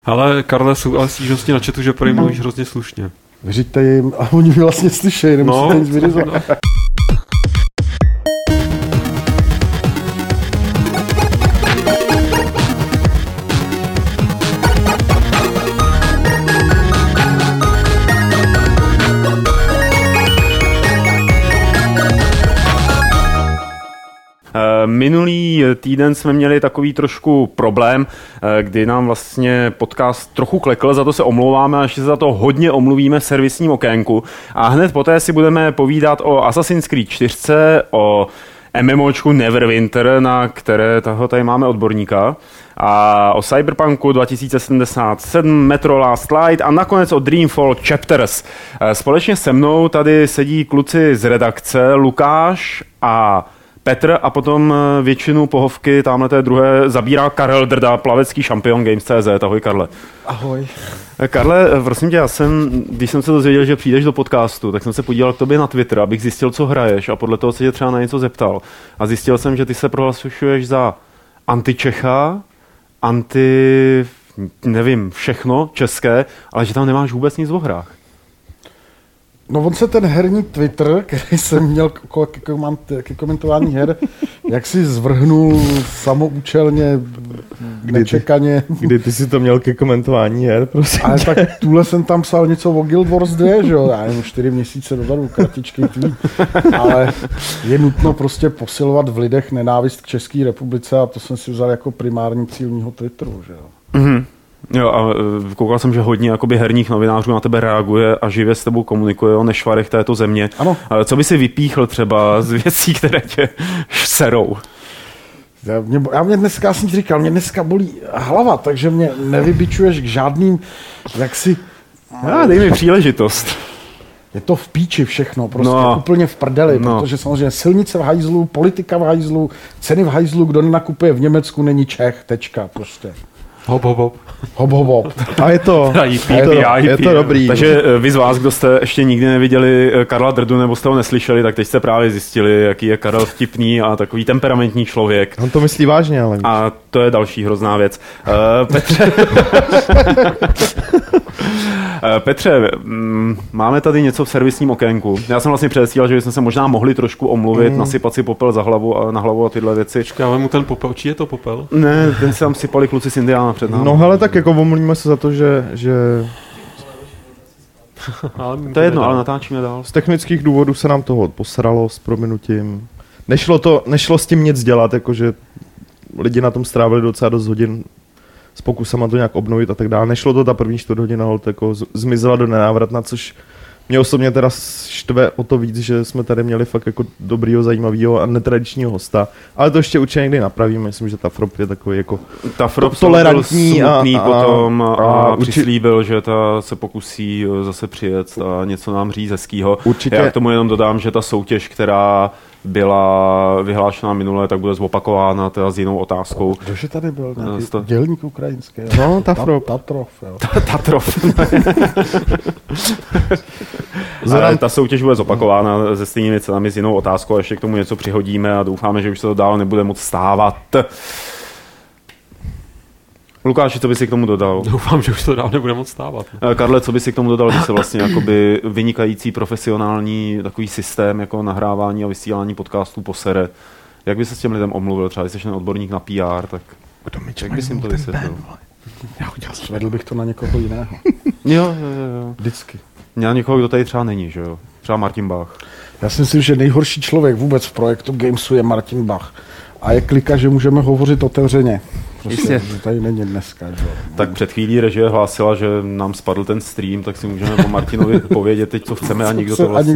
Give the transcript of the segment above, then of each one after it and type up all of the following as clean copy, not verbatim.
Ale Karle, jsou ale stížnosti na chatu, že prý mluvíš hrozně slušně. Vyřiďte jim a oni mi vlastně slyšejí, nemusíte nic vyřizovat. Minulý týden jsme měli takový trošku problém, kdy nám vlastně podcast trochu klekl, za to se omlouváme a ještě se za to hodně omluvíme v servisním okénku. A hned poté si budeme povídat o Assassin's Creed 4, o MMOčku Neverwinter, na které tady máme odborníka, a o Cyberpunku 2077, Metro Last Light a nakonec o Dreamfall Chapters. Společně se mnou tady sedí kluci z redakce, Lukáš a Petr, a potom většinu pohovky tamhleté druhé zabírá Karel Drda, plavecký šampion Games.cz. Ahoj, Karle. Ahoj. Karle, prosím tě, když jsem se dozvěděl, že přijdeš do podcastu, tak jsem se podíval k tobě na Twitter, abych zjistil, co hraješ, a podle toho se tě třeba na něco zeptal. A zjistil jsem, že ty se prohlasuješ za anti-Čecha, nevím, všechno české, ale že tam nemáš vůbec nic o hrách. No on se ten herní Twitter, který jsem měl ke komentování her, jak si zvrhnul samoučelně, nečekaně. Kdy ty si to měl ke komentování her, prosím. Ale tak tuhle jsem tam psal něco o Guild Wars 2, že jo, já jenom 4 měsíce dozadu, kratičký tweet. Ale je nutno prostě posilovat v lidech nenávist k České republice a to jsem si vzal jako primární cíl mýho Twitteru, že jo. Mhm. Jo, a koukal jsem, že hodně jakoby herních novinářů na tebe reaguje a živě s tebou komunikuje o nešvarech této země. Ano. Co by si vypíchl třeba z věcí, které tě serou? Mě dneska bolí hlava, takže mě nevybičuješ k žádným, jaksi... Dej mi příležitost. Je to v píči všechno, prostě úplně v prdeli, protože samozřejmě silnice v hajzlu, politika v hajzlu, ceny v hajzlu, kdo nenakupuje v Německu, není Čech, tečka, prostě. Hop, hop, hop. Hop, hop, hop. A je to dobrý. Takže vy z vás, kdo jste ještě nikdy neviděli Karla Drdu nebo jste ho neslyšeli, tak teď jste právě zjistili, jaký je Karel vtipný a takový temperamentní člověk. On to myslí vážně, ale... A to je další hrozná věc. Petře, máme tady něco v servisním okénku. Já jsem vlastně předesílal, že bychom se možná mohli trošku omluvit, nasypat si popel na hlavu a tyhle věci. Počkej, ale mu ten popel, či je to popel? Ne, ten se tam sypali kluci z Indiána před námi. No hele, tak jako omluvíme se za to, že... To je jedno, ale natáčíme dál. Z technických důvodů se nám toho posralo s prominutím. Nešlo s tím nic dělat, jakože lidi na tom strávili docela dost hodin s pokusama to nějak obnovit a tak dále. Nešlo to, ta první 4 hodina holt jako zmizela do nenávratna, což mě osobně teda štve o to víc, že jsme tady měli fakt jako dobrýho, zajímavého a netradičního hosta. Ale to ještě určitě někdy napravíme. Myslím, že ta Frop je takový jako tolerantní a přislíbil, že ta se pokusí zase přijet a něco nám říct hezkýho. Určitě. Já k tomu jenom dodám, že ta soutěž, která byla vyhlášena minule, tak bude zopakována teda s jinou otázkou. Kdože tady byl? Nějaký dělník ukrajinský? No, Tatrov. Tatrov. Ale ta soutěž bude zopakována se stejnými cenami s jinou otázkou a ještě k tomu něco přihodíme a doufáme, že už se to dál nebude moc stávat. Lukáši, co by si k tomu dodal? Doufám, že už to dál nebude moc stávat. Karle, co by si k tomu dodal, že se vlastně jakoby vynikající profesionální takový systém jako nahrávání a vysílání podcastů posere. Jak by se s těm lidem omluvil? Třeba když jsi odborník na PR, tak jak bys jim to vysvětlil? Svedl bych to na někoho jiného. Jo. Vždycky. Na někoho, kdo tady třeba není, že jo? Třeba Martin Bach. Já si myslím, že nejhorší člověk vůbec v projektu Gamesu je Martin Bach. A je klika, že můžeme hovořit otevřeně. Prostě, že tady není dneska. Že? Tak před chvílí režie hlásila, že nám spadl ten stream, tak si můžeme po Martinovi povědět teď, co chceme a nikdo to vlastně...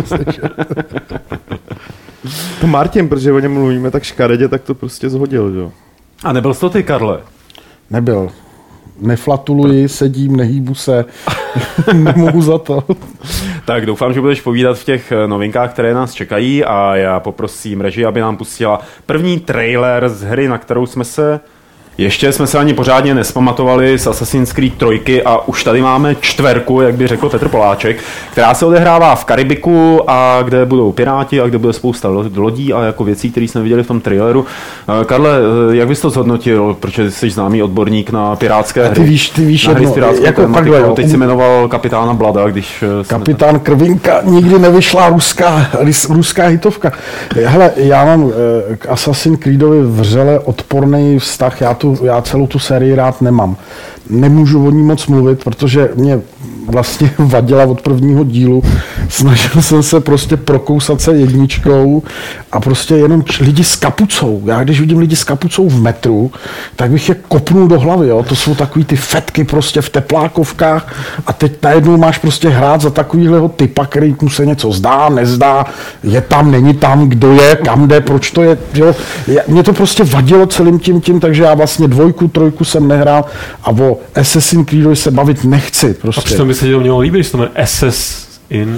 To Martin, protože o něm mluvíme tak škaredě, tak to prostě zhodil, že jo. A nebyl jsi to ty, Karle? Nebyl. Neflatuluji, sedím, nehýbu se, nemohu za to. Tak doufám, že budeš povídat v těch novinkách, které nás čekají a já poprosím režii, aby nám pustila první trailer z hry, na kterou jsme se Ještě jsme se ani pořádně nespamatovali z Assassin's Creed 3 a už tady máme 4, jak by řekl Petr Poláček, která se odehrává v Karibiku a kde budou piráti a kde bude spousta lodí a jako věcí, které jsme viděli v tom traileru. Karle, jak bys to zhodnotil, protože jsi známý odborník na pirátské hry? Ty víš jako takhle, teď si jmenoval kapitána Blada, když... Kapitán Krvinka, nikdy nevyšla ruská hitovka. Hele, já mám k Assassin's Creedovi vřele odporný vztah, já celou tu sérii rád nemám. Nemůžu o ní moc mluvit, protože mě vlastně vadila od prvního dílu. Snažil jsem se prostě prokousat se jedničkou a prostě jenom lidi s kapucou. Já když vidím lidi s kapucou v metru, tak bych je kopnul do hlavy. Jo? To jsou takový ty fetky prostě v teplákovkách a teď najednou máš prostě hrát za takovýhleho typa, který mu se něco zdá, nezdá, je tam, není tam, kdo je, kam jde, proč to je. Jo? Mě to prostě vadilo celým tím, takže já vlastně 2, 3 jsem nehrál a o Assassin's Creedovi se bavit nechci. Prostě. A přitom by se to mělo líbit, že to jmenuje SS-in.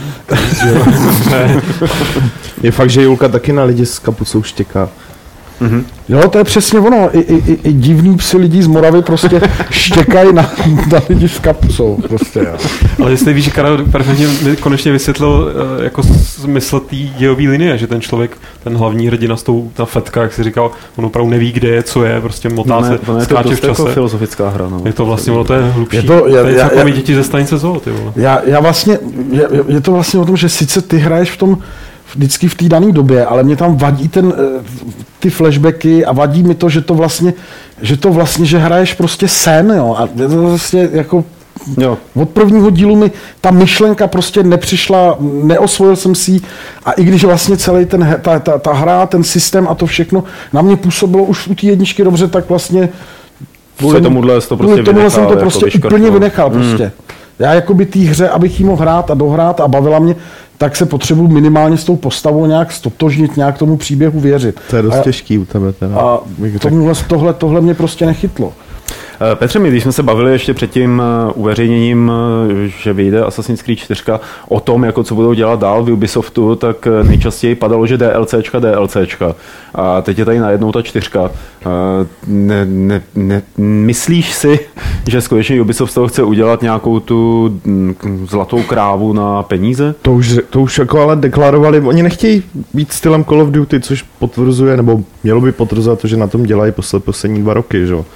Je fakt, že Julka taky na lidi s kapucou štěká. Mm-hmm. Jo, to je přesně ono. I divný psy lidí z Moravy prostě štěkají na lidi s kapucou. Prostě, jo. Ale jestli víš, že Karel perfektně mi konečně vysvětlil jako smysl té dějové linie, že ten člověk, ten hlavní hrdina s ta fetka, jak jsi říkal, on opravdu neví, kde je, co je, prostě motá se, skáče v čase. Jako filozofická hra. No. Je to vlastně, ono to je hlubší. To je jako my děti ze stanice zoo, ty vole. Já vlastně, je to vlastně o tom, že sice ty hraješ v tom vždycky v té dané době, ale mě tam vadí ty flashbacky a vadí mi to, že hraješ prostě sen, jo, a je to vlastně jako jo. Od prvního dílu mi ta myšlenka prostě nepřišla, neosvojil jsem si ji a i když vlastně celý ta hra, ten systém a to všechno na mě působilo už u té jedničky dobře, tak vlastně kvůli tomuhle jsem to prostě úplně vynechal prostě. Já jakoby té hře, abych jí mohl hrát a dohrát a bavila mě, tak se potřebuji minimálně s tou postavou nějak stotožnit, nějak tomu příběhu věřit. To je dost těžký u tebe teda. A tohle mě prostě nechytlo. Petře, my když jsme se bavili ještě před tím uveřejněním, že vyjde Assassin's Creed 4 o tom, jako co budou dělat dál v Ubisoftu, tak nejčastěji padalo, že DLCčka. A teď je tady najednou ta 4. Myslíš si, že skutečně Ubisoft z toho chce udělat nějakou tu zlatou krávu na peníze? To už jako ale deklarovali, oni nechtějí být stylem Call of Duty, což potvrzuje, nebo mělo by potvrzovat to, že na tom dělají poslední 2 roky, že jo?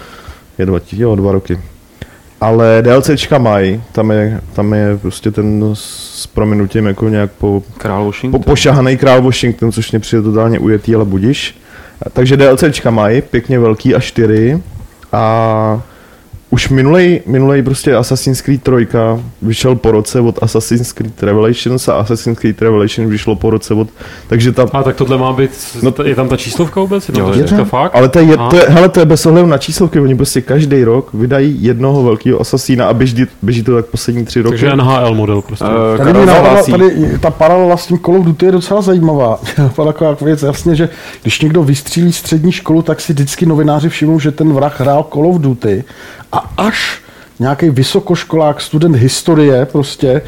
2 roky. Ale DLCčka mají, tam je prostě ten s prominutím jako nějak pošahaný král Washington, což mě přijde totálně ujetý, ale budiš. Takže DLCčka mají, pěkně velký a 4 a už minulej prostě Assassin's Creed 3 vyšel po roce od Assassin's Creed Revelations a Assassin's Creed Revelation vyšlo po roce od... Takže ta... A tak tohle má být... je tam ta číslovka vůbec? Je tam ta číslovka fakt? Ale to je bez ohledu na číslovky. Oni prostě každý rok vydají jednoho velkého asasína a běží to tak poslední 3 roky. Takže NHL model prostě. Tady ta paralela s tím Call of Duty je docela zajímavá. Taková věc, jasně, že když někdo vystřílí střední školu, tak si vždycky novináři všimnou, že ten vrah hrál Call of Duty. A až nějaký vysokoškolák, student historie prostě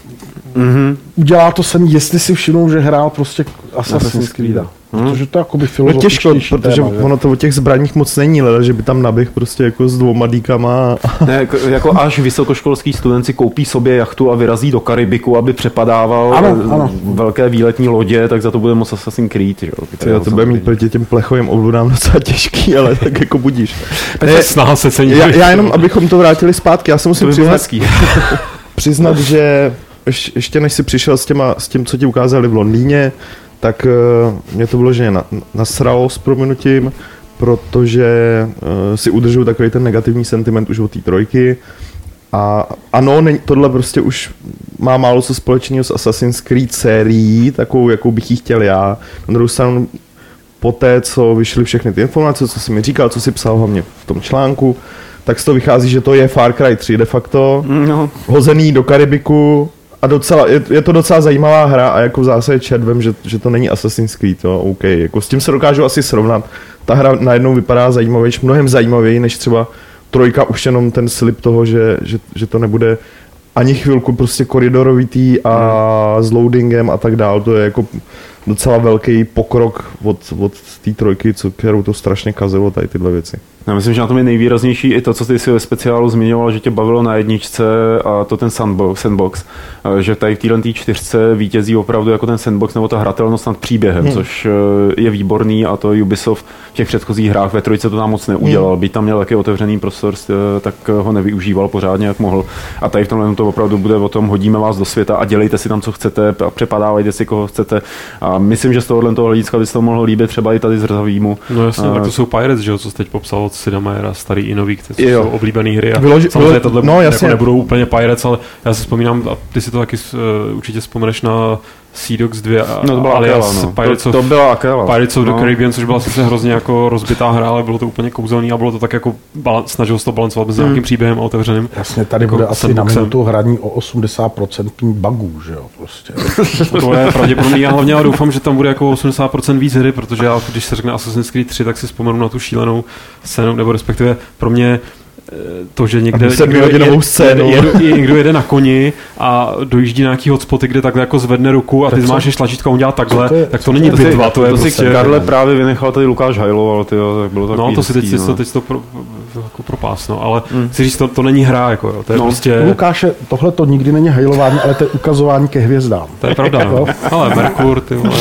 udělá to samý, jestli si všimnou, že hrál prostě Assassin's Creed. Protože to jakoby filozofičtější těžko, protože ono to o těch zbraních moc není, ale že by tam naběh prostě jako s 2 díkama. Ne, jako až vysokoškolský student si koupí sobě jachtu a vyrazí do Karibiku, aby přepadával velké výletní lodě, tak za to bude moc Assassin's Creed. Jo, to bude mít proti těm plechovým obvodám docela těžký, ale tak jako budíš. Snaha se cení. Já jenom, abychom to vrátili zpátky, já se musím přiznat, že ještě než jsi přišel s tím, co ti ukázali v Londýně, tak mě to bylo, že nasralo s prominutím, protože si udržuju takový ten negativní sentiment už od té 3. A ano, tohle prostě už má málo co společného s Assassin's Creed sérií, takovou, jakou bych ji chtěl já. Na druhou stranu, po té, co vyšly všechny ty informace, co jsi mi říkal, co jsi psal hlavně v tom článku, tak z toho vychází, že to je Far Cry 3 de facto, hozený do Karibiku. A je to docela zajímavá hra a jako v zásadě červem, že to není Assassin's Creed, to OK. Jako s tím se dokážu asi srovnat. Ta hra najednou vypadá zajímavější, mnohem zajímavěji, než třeba 3 už jenom ten slib toho, že to nebude ani chvilku prostě koridorovitý a s loadingem a tak dál. To je jako docela velký pokrok od té 3, kterou to strašně kazilo tady tyhle věci. Já myslím, že na tom je nejvýraznější i to, co ty si ve speciálu zmiňoval, že tě bavilo na jedničce a to ten sandbox, že tady v této čtyřce vítězí opravdu jako ten sandbox nebo ta hratelnost nad příběhem, což je výborný a to Ubisoft v těch předchozích hrách ve trojce to tam moc neudělal. Byť tam měl taky otevřený prostor, tak ho nevyužíval pořádně, jak mohl. A tady v tomhle to opravdu bude o tom, hodíme vás do světa a dělejte si tam, co chcete a přepadávajte si, koho chcete. A myslím, že z tohohle hlediska by se to mohlo líbit třeba i tady z Rzavýmu. No jasně, tak to jsou Pirates, že jo, co jsi teď popsal od Sida Meiera, starý i nový, kteří jsou oblíbený hry. A samozřejmě tohle jako nebudou úplně Pirates, ale já si vzpomínám, a ty si to taky určitě vzpomeneš na Sea Dogs 2 alias Pirates of the Caribbean, což byla sice hrozně jako rozbitá hra, ale bylo to úplně kouzelný a bylo to tak jako snažilo se to balancovat mezi nějakým příběhem a otevřeným. Jasně, tady jako bude asi na minutu hraní o 80% bugů, že jo, prostě. To je pravděpodobný, já hlavně doufám, že tam bude jako 80% víc hry, protože já, když se řekne Assassin's Creed 3, tak si vzpomenu na tu šílenou scénu, nebo respektive pro mě to, že někde někdo jede na koni a dojíždí na nějaký hotspoty, kde takhle jako zvedne ruku a ty zmášeš tlačítko a on dělá takhle, tak to není bitva, to je prostě... To si Karle právě vynechal tady Lukáš hajloval, tyjo, tak bylo takový no, to si teď to jako propás, no, ale chci říct, to není hra, jako jo, to je prostě... Lukáše, tohle to nikdy není hajlování, ale to je ukazování ke hvězdám. To je pravda, no. Ale Merkur, ty vole,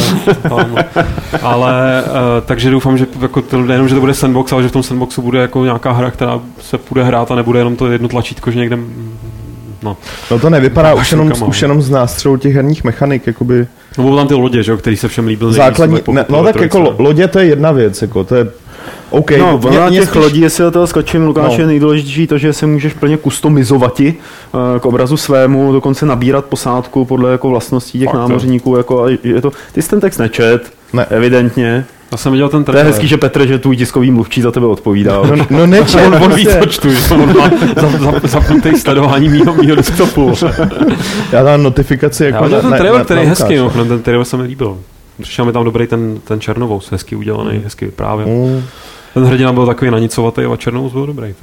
ale takže doufám, že jako nejenom, že to bude sandbox, ale že v tom sandboxu bude jako nějaká hra, která se bude hrát a nebude jenom to jedno tlačítko, že někde... No to nevypadá už jenom z nástřelů těch herních mechanik, jakoby... No budou tam ty lodě, že jo, který se všem líbil. Základní, tak jako lodě to je jedna věc, jako to je... Okay, no, na těch lodí, jestli do toho skočím, Lukáš, je nejdůležitější to, že se můžeš plně customizovati k obrazu svému, dokonce nabírat posádku podle jako vlastností těch námořníků, jako je to, ty jsi ten text nečet, evidentně. Já jsem viděl ten trailer. To je hezký, že Petr, že tvůj tiskový mluvčí za tebe odpovídá. No nečet. On víc co čtu, že on má zapnutý sledování mýho desktopu. Já dám notifikaci jako... Já viděl ten trailer, který je hezký, no, ten trailer se mi líbil. Přišel mi tam dobrý ten Černovous, hezky udělaný, hezky právě. Ten hrdina byl takový nanicovatý a Černovous byl dobrý.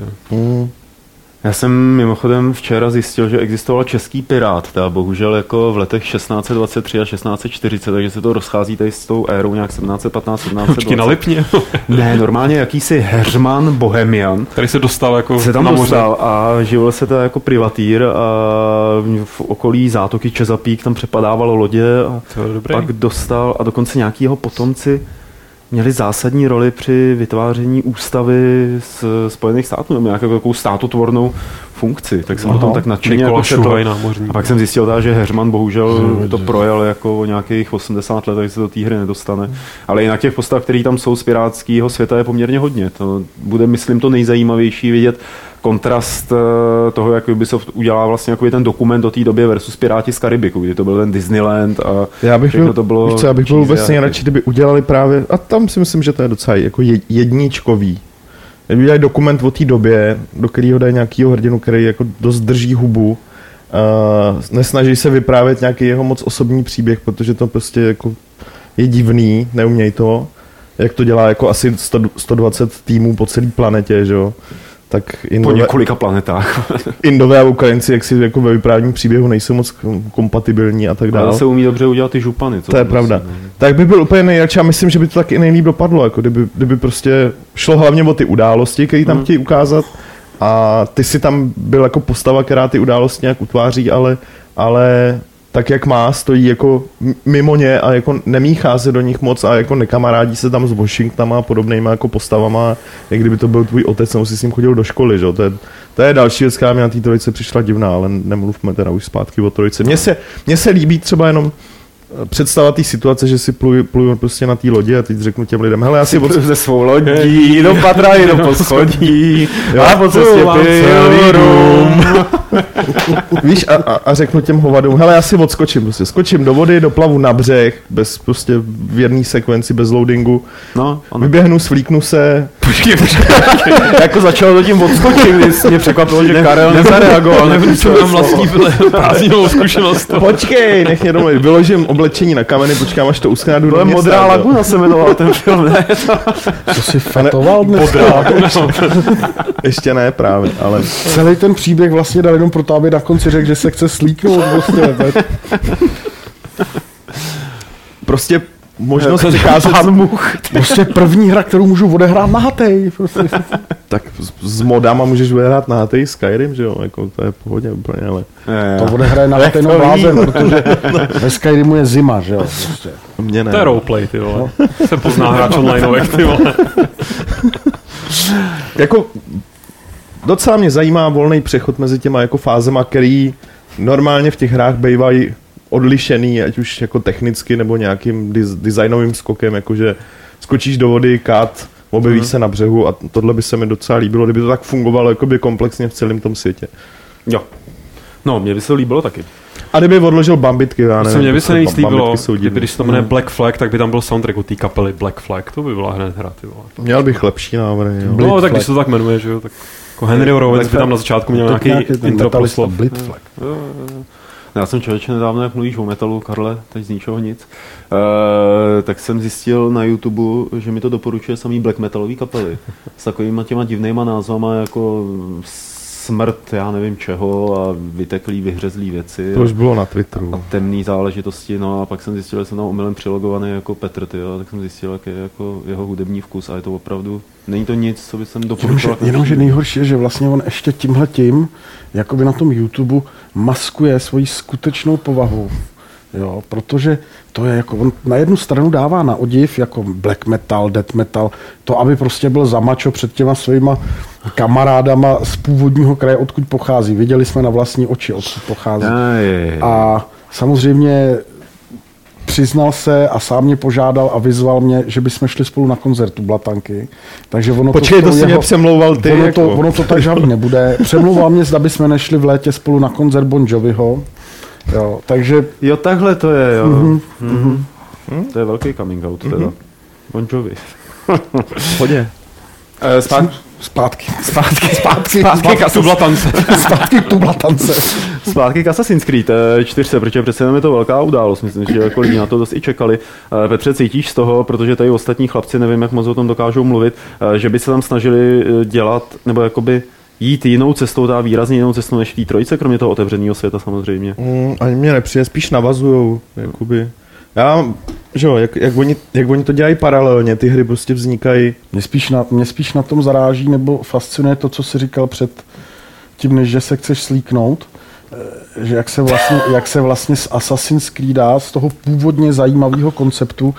Já jsem mimochodem včera zjistil, že existoval český pirát, teda bohužel jako v letech 1623 a 1640, takže se to rozchází tady s tou érou nějak 1715, 1720. Počkej, na Lipně? Ne, normálně jakýsi Heřman Bohemian. Který se dostal jako se tam dostal a živil se teda jako privatýr a v okolí zátoky Chesapeake tam přepadávalo lodě a pak dostal a dokonce nějaký jeho potomci měli zásadní roli při vytváření ústavy z Spojených států, nebo nějakou takovou státotvornou funkci, tak jsem o tom tak nadšeně jako četl. A pak jsem zjistil, že Heřman bohužel to projel jako o nějakých 80 let, takže se do té hry nedostane. Ale jinak těch postav, které tam jsou z pirátského světa, je poměrně hodně. To bude, myslím, to nejzajímavější vidět kontrast toho, jak Ubisoft udělá vlastně jako ten dokument o té době versus Piráti z Karibiku, kdy to byl ten Disneyland a já bych byl vůbec nejradši, kdyby udělali právě, a tam si myslím, že to je docela jako jedničkový. Kdyby udělali dokument o té době, do kterého dají nějakýho hrdinu, který jako dost drží hubu, nesnaží se vyprávět nějaký jeho moc osobní příběh, protože to prostě jako je divný, neuměj to, jak to dělá jako asi 120 týmů po celé planetě, že jo. Tak po několika planetách. Indové a Ukrajinci, jak si jako ve vyprávění příběhu nejsou moc kompatibilní a tak dále. Ale se umí dobře udělat ty župany. To je pravda. Tak by byl úplně nejradši a myslím, že by to taky nejlíp dopadlo, jako kdyby prostě šlo hlavně o ty události, které tam chtějí ukázat a ty si tam byl jako postava, která ty události nějak utváří, ale tak jak má, stojí jako mimo ně a jako nemíchá se do nich moc a jako nekamarádí se tam s Washingtonama a podobnýma jako postavama, jak kdyby to byl tvůj otec, nebo si s ním chodil do školy, že? To je další věc, která mi na té trojice přišla divná, ale nemluvme teda už zpátky o trojice. Mně se líbí třeba jenom představa té situace, že si pluju prostě na té lodi a teď řeknu těm lidem, hele, já si ze svou lodí, do patra i do poschodí a po cestě piju rum. Víš, a řeknu těm hovadům, hele, já si odskočím, prostě skočím do vody, doplavu na břeh, bez prostě v jedné sekvenci, bez loadingu, vyběhnu, svlíknu se. Počkej. Jako začalo do tím odskočit, když mě překvapilo, že Karel nezareagoval. Nevím, co mám vlastní prázdninovou zkušenost. Počkej, nech mě domluvit, vyložím oblečení na kameny, počkám, až to uschne a jdu do města. Modrá laguna se jmenoval ten film, ne? To si fetoval dneska. Modrá laguna. Ještě ne právě, ale... Celý ten příběh vlastně dal jenom proto, aby na konci řekl, že se chce slíknout. Prostě možnost přecházet prostě první hra, kterou můžu odehrát nahatej. Prostě. Tak s modama můžeš odehrát nahatej Skyrim, že jo, jako to je v pohodě úplně, ale... To odehraje nahatej no blázen, protože ve Skyrimu je zima, že jo. Prostě. Mě ne. To je roleplay, ty vole. Se pozná hráč onlineovek, ty vole. Jako docela mě zajímá volný přechod mezi těma jako fázema, který normálně v těch hrách bývají odlišený, ať už jako technicky nebo nějakým designovým skokem, jakože skočíš do vody, kat, objevíš se na břehu a tohle by se mi docela líbilo, kdyby to tak fungovalo jakoby komplexně v celém tom světě. Jo. No, mě by se líbilo taky. A kdyby odložil Bambitky, já nevím. Mě by se nejvíc líbilo, když to jmenuje Black Flag, tak by tam byl soundtrack od té kapely Black Flag, to by byla hned hra, ty vole. Měl bych lepší návrhy, jo. No, tak když to tak jmenuje, že jo, tak jako Henry Rollins by tam na začátku měl nějaký intro proslov. Black Flag. Já jsem člověče nedávno, jak mluvíš o metalu, Karle, teď z ničeho nic, tak jsem zjistil na YouTube, že mi to doporučuje samý black metalový kapely s takovýma těma divnýma názvama jako smrt, já nevím čeho a vyteklý, vyhřezlý věci. To už bylo na Twitteru. A temný záležitosti, no a pak jsem zjistil, že jsem tam omylem přilogovaný jako Petr, tyjo, tak jsem zjistil, jak je jako jeho hudební vkus a je to opravdu, není to nic, co by jsem doporučil. Jenomže nejhorší je, že vlastně on ještě tímhletím, jakoby na tom YouTube, maskuje svoji skutečnou povahu. Jo, protože to je jako, on na jednu stranu dává na odiv jako black metal, death metal, to, aby prostě byl za mačo před těma svýma kamarádama z původního kraje, odkud pochází. Viděli jsme na vlastní oči, odkud pochází. A samozřejmě přiznal se a sám mě požádal a vyzval mě, že bychom šli spolu na koncert u Blatanky. Takže ono počkej, to si mě přemlouval ty. Ono to tak žádný nebude. Přemlouval mě, zda bychom nešli v létě spolu na koncert Bon Joviho. Jo, takže... Jo, takhle to je, jo. To je velký coming out teda. Bon Jovi. Chodě. Zpátky k Tublatance. Zpátky k Tublatance. Zpátky k Assassin's Creed 4, protože přece je to velká událost. Myslím, že jako lidi na to dost i čekali. Petře, cítíš z toho, protože tady ostatní chlapci, nevím, jak moc o tom dokážou mluvit, že by se tam snažili dělat, nebo jakoby jít jinou cestou, ta výrazně jinou cestou než v té trojce, kromě toho otevřeného světa samozřejmě. Ani mě nepřijde, spíš navazujou, jakoby. Já, že jo, jak oni to dělají paralelně, ty hry prostě vznikají. Mě spíš na tom zaráží, nebo fascinuje to, co jsi říkal před tím, než že se chceš slíknout, že jak se vlastně z Assassin's Creeda, z toho původně zajímavého konceptu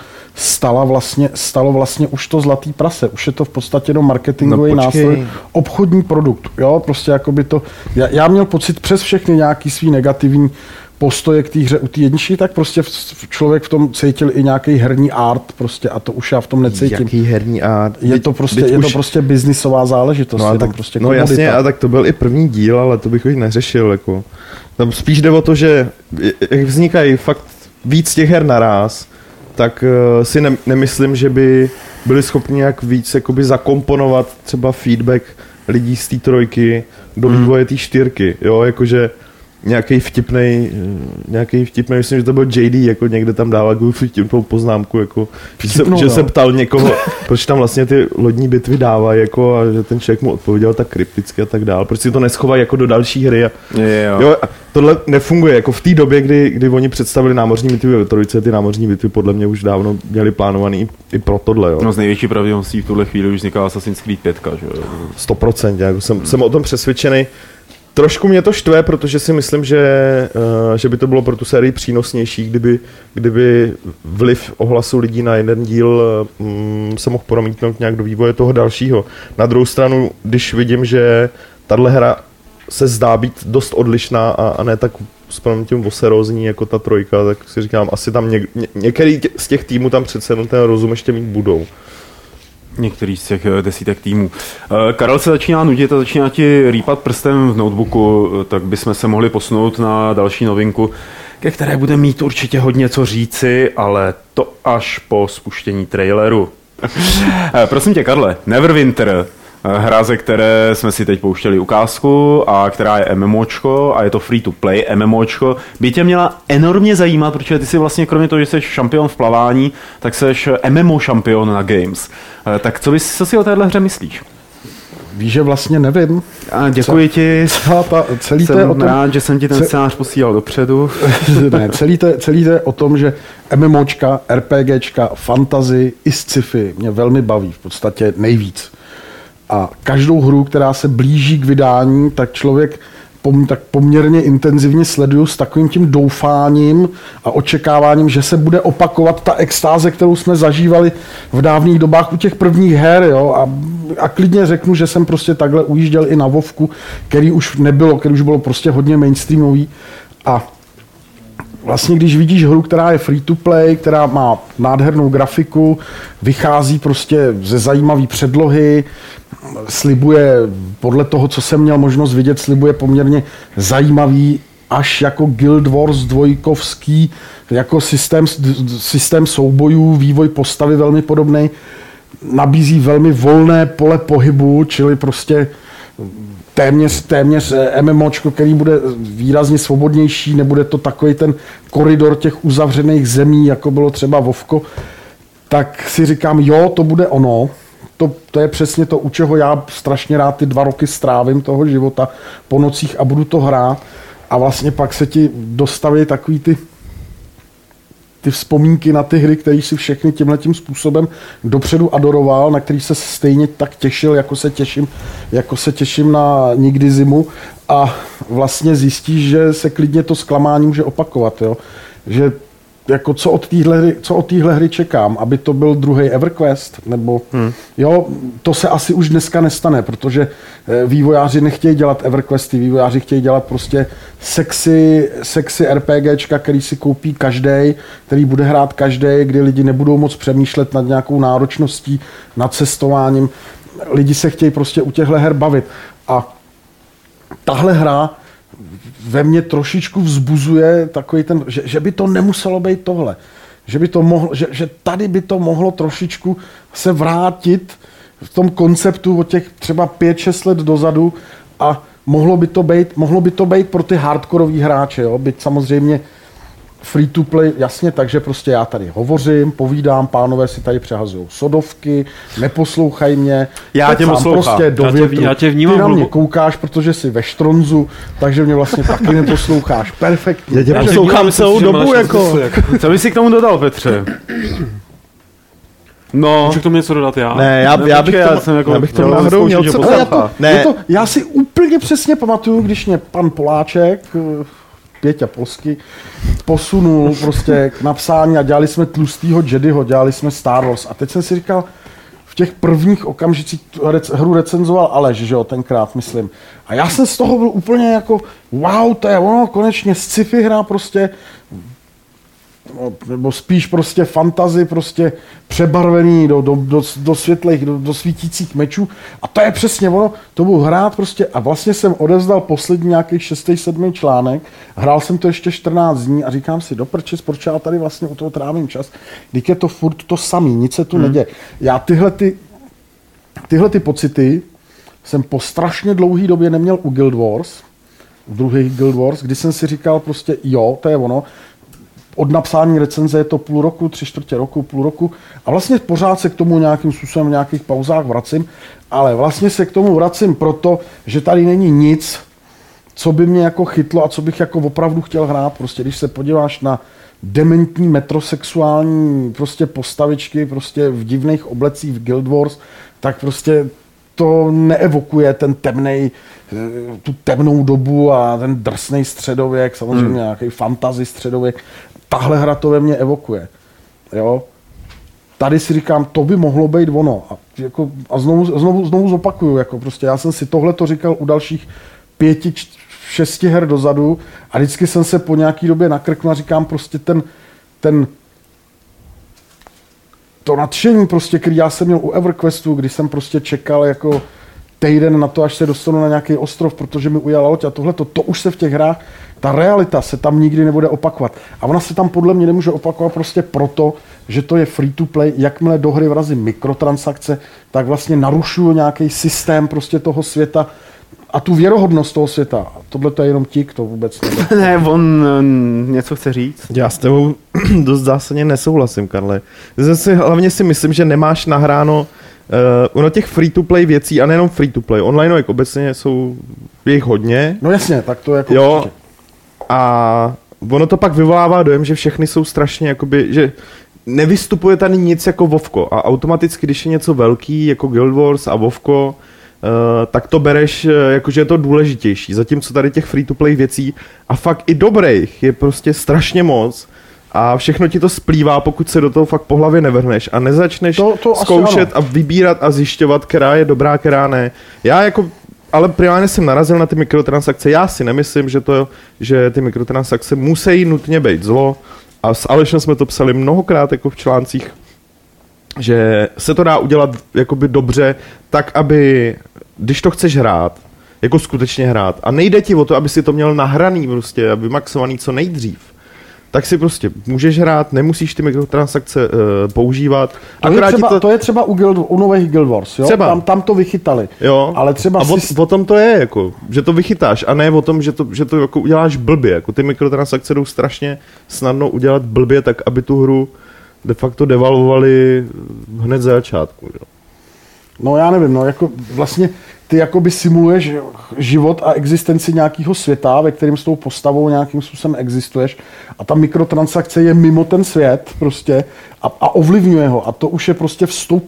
stalo vlastně už to zlatý prase. Už je to v podstatě jenom marketingový nástroj, obchodní produkt. Jo, prostě jakoby to, já měl pocit přes všechny nějaký svý negativní postoje k té hře u té jedničky, tak prostě člověk v tom cítil i nějaký herní art prostě a to už já v tom necítím. Jaký herní art? Je to prostě biznisová záležitost. No, tak, prostě no jasně, a tak to byl i první díl, ale to bych už neřešil. Jako. Tam spíš jde o to, že jak vznikají fakt víc těch her naráz, tak si nemyslím, že by byli schopni nějak víc jakoby zakomponovat třeba feedback lidí z té trojky do vývoje té čtyřky. Jo, jakože nějaký vtipnej, myslím, že to byl JD, jako někde tam dával jako vtipnou poznámku, jako, že se ptal někoho, proč tam vlastně ty lodní bitvy dávají, jako, a že ten člověk mu odpověděl tak krypticky a tak dál, proč si to neschovají jako do další hry. Jo, a tohle nefunguje, jako v té době, kdy oni představili námořní bitvy ve trojce, ty námořní bitvy podle mě už dávno měli plánovaný i pro tohle. Jo. No z největší pravděpodobností v tuhle chvíli už vzniká Assassin's Creed 5, že jo? 100%, jako jsem o tom přesvědčený. Trošku mě to štve, protože si myslím, že by to bylo pro tu sérii přínosnější, kdyby vliv ohlasu lidí na jeden díl se mohl promítnout nějak do vývoje toho dalšího. Na druhou stranu, když vidím, že tahle hra se zdá být dost odlišná a ne tak s proměnitím voserózní jako ta trojka, tak si říkám, asi tam některý z těch týmů tam přece ten rozum ještě mít budou. Některý z těch desítek týmů. Karel se začíná nudit a začíná ti rýpat prstem v notebooku, tak bychom se mohli posunout na další novinku, ke které bude mít určitě hodně co říci, ale to až po spuštění traileru. Prosím tě, Karle, Neverwinter, hra, ze které jsme si teď pouštěli ukázku a která je MMOčko a je to free-to-play MMOčko, by tě měla enormně zajímat, protože ty si vlastně kromě toho, že jsi šampion v plavání, tak jsi MMO šampion na Games. Tak co si o téhle hře myslíš? víš, že vlastně nevím. A děkuji ti. Celý jsem rád, že jsem ti ten scénář posílal dopředu. Ne, celý to je o tom, že MMOčka, RPGčka, fantasy i sci-fi mě velmi baví, v podstatě nejvíc. A každou hru, která se blíží k vydání, tak člověk tak poměrně intenzivně sleduju s takovým tím doufáním a očekáváním, že se bude opakovat ta extáze, kterou jsme zažívali v dávných dobách u těch prvních her, jo, a klidně řeknu, že jsem prostě takhle ujížděl i na Vovku, který už bylo prostě hodně mainstreamový a vlastně když vidíš hru, která je free to play, která má nádhernou grafiku, vychází prostě ze zajímavé předlohy, slibuje podle toho, co jsem měl možnost vidět, slibuje poměrně zajímavý až jako Guild Wars dvojkovský, jako systém soubojů, vývoj postavy velmi podobný, nabízí velmi volné pole pohybu, čili prostě téměř MMOčko, který bude výrazně svobodnější, nebude to takový ten koridor těch uzavřených zemí, jako bylo třeba Vovko, tak si říkám, jo, to bude ono. To je přesně to, u čeho já strašně rád ty 2 roky strávím toho života po nocích a budu to hrát. A vlastně pak se ti dostaví takový ty vzpomínky na ty hry, které si všechny tímhletím způsobem dopředu adoroval, na který se stejně tak těšil, jako se těším na Nikdy zimu. A vlastně zjistíš, že se klidně to zklamání může opakovat. Jo? Že jako co od téhle hry čekám, aby to byl druhý EverQuest, nebo jo, to se asi už dneska nestane, protože vývojáři nechtějí dělat EverQuesty, vývojáři chtějí dělat prostě sexy RPGčka, který si koupí každej, který bude hrát každej, kdy lidi nebudou moc přemýšlet nad nějakou náročností, nad cestováním. Lidi se chtějí prostě u těchto her bavit. A tahle hra ve mně trošičku vzbuzuje takový ten, že by to nemuselo být tohle. Že tady by to mohlo trošičku se vrátit v tom konceptu od těch třeba 5-6 let dozadu a mohlo by to být pro ty hardkorový hráče, jo? Byť samozřejmě free to play, jasně, takže prostě já tady hovořím, povídám, pánové si tady přehazují sodovky, neposlouchají mě. Já tě poslouchám. Prostě já tě vnímám. Ty na mě koukáš, protože jsi ve štronzu, takže mě vlastně taky neposloucháš. Perfektně. Já tě poslouchám celou dobu, jako. Co bys si k tomu dodal, Petře? No. Můžu k tomu něco dodat já? Ne, já bych to náhodou měl co dodat. Já si úplně přesně pamatuju, když mě pan Poláček, Pěťa Polsky, posunul prostě k napsání a dělali jsme tlustýho Jediho, dělali jsme Star Wars. A teď jsem si říkal, v těch prvních okamžicích hru recenzoval Aleš, že jo, tenkrát, myslím. A já jsem z toho byl úplně jako, wow, to je ono, konečně sci-fi hra prostě, nebo spíš prostě fantasy, prostě přebarvený do světlých, do svítících mečů. A to je přesně ono, to budu hrát prostě a vlastně jsem odevzdal poslední nějakých 6. 7. článek, hrál jsem to ještě 14 dní a říkám si, do prčes, proč já tady vlastně u toho trávím čas, když je to furt to samý, nic se tu neděje. Já tyhle pocity jsem po strašně dlouhé době neměl u Guild Wars, u druhých Guild Wars, kdy jsem si říkal prostě, jo, to je ono, od napsání recenze je to půl roku, 3/4 roku, půl roku a vlastně pořád se k tomu nějakým způsobem v nějakých pauzách vracím, ale vlastně se k tomu vracím proto, že tady není nic, co by mě jako chytlo a co bych jako opravdu chtěl hrát. Prostě když se podíváš na dementní metrosexuální prostě postavičky prostě v divných oblecích v Guild Wars, tak prostě to neevokuje ten tu temnou dobu a ten drsnej středověk, samozřejmě nějaký fantasy středověk. Tahle hra to ve mně evokuje. Jo? Tady si říkám, to by mohlo být ono. A znovu zopakuju. Jako prostě já jsem si tohle to říkal u dalších 5-6 her dozadu a vždycky jsem se po nějaký době nakrknul a říkám prostě to nadšení, prostě, který já jsem měl u EverQuestu, kdy jsem prostě čekal jako týden na to, až se dostanu na nějaký ostrov, protože mi ujala loď a tohleto, to už se v těch hrách, ta realita se tam nikdy nebude opakovat. A ona se tam podle mě nemůže opakovat prostě proto, že to je free to play, jakmile do hry vrazím mikrotransakce, tak vlastně narušuju nějaký systém prostě toho světa a tu věrohodnost toho světa. A tohle to je jenom tik, to vůbec ne. Ne, on něco chce říct. Já s tebou dost zásadně nesouhlasím, Karle. Hlavně si myslím, že nemáš nahráno ono těch free-to-play věcí, a nejenom free-to-play, onlineovek obecně jsou jich hodně. No jasně, tak to jako jo, určitě. A ono to pak vyvolává dojem, že všechny jsou strašně jakoby, že nevystupuje tady nic jako Vovko a automaticky, když je něco velký jako Guild Wars a Vovko, tak to bereš, jakože je to důležitější. Zatímco tady těch free-to-play věcí a fakt i dobrých je prostě strašně moc a všechno ti to splývá, pokud se do toho fakt po hlavě nevrhneš a nezačneš to zkoušet a vybírat a zjišťovat, která je dobrá, která ne. Já jako ale primárně jsem narazil na ty mikrotransakce. Já si nemyslím, že ty mikrotransakce musí nutně být zlo. A s Alešem jsme to psali mnohokrát jako v článcích, že se to dá udělat jakoby dobře, tak aby, když to chceš hrát, jako skutečně hrát, a nejde ti o to, aby si to měl nahraný prostě a vymaxovaný co nejdřív, tak si prostě můžeš hrát, nemusíš ty mikrotransakce používat. To je třeba u nových Guild Wars, jo? Tam to vychytali. Jo. Ale třeba o tom to je, jako, že to vychytáš a ne o tom, že to jako uděláš blbě. Jako ty mikrotransakce jdou strašně snadno udělat blbě, tak aby tu hru de facto devalvovali hned za začátku. Jo. No já nevím, no jako vlastně ty jakoby simuluješ život a existenci nějakého světa, ve kterém s tou postavou nějakým způsobem existuješ a ta mikrotransakce je mimo ten svět prostě a ovlivňuje ho a to už je prostě vstup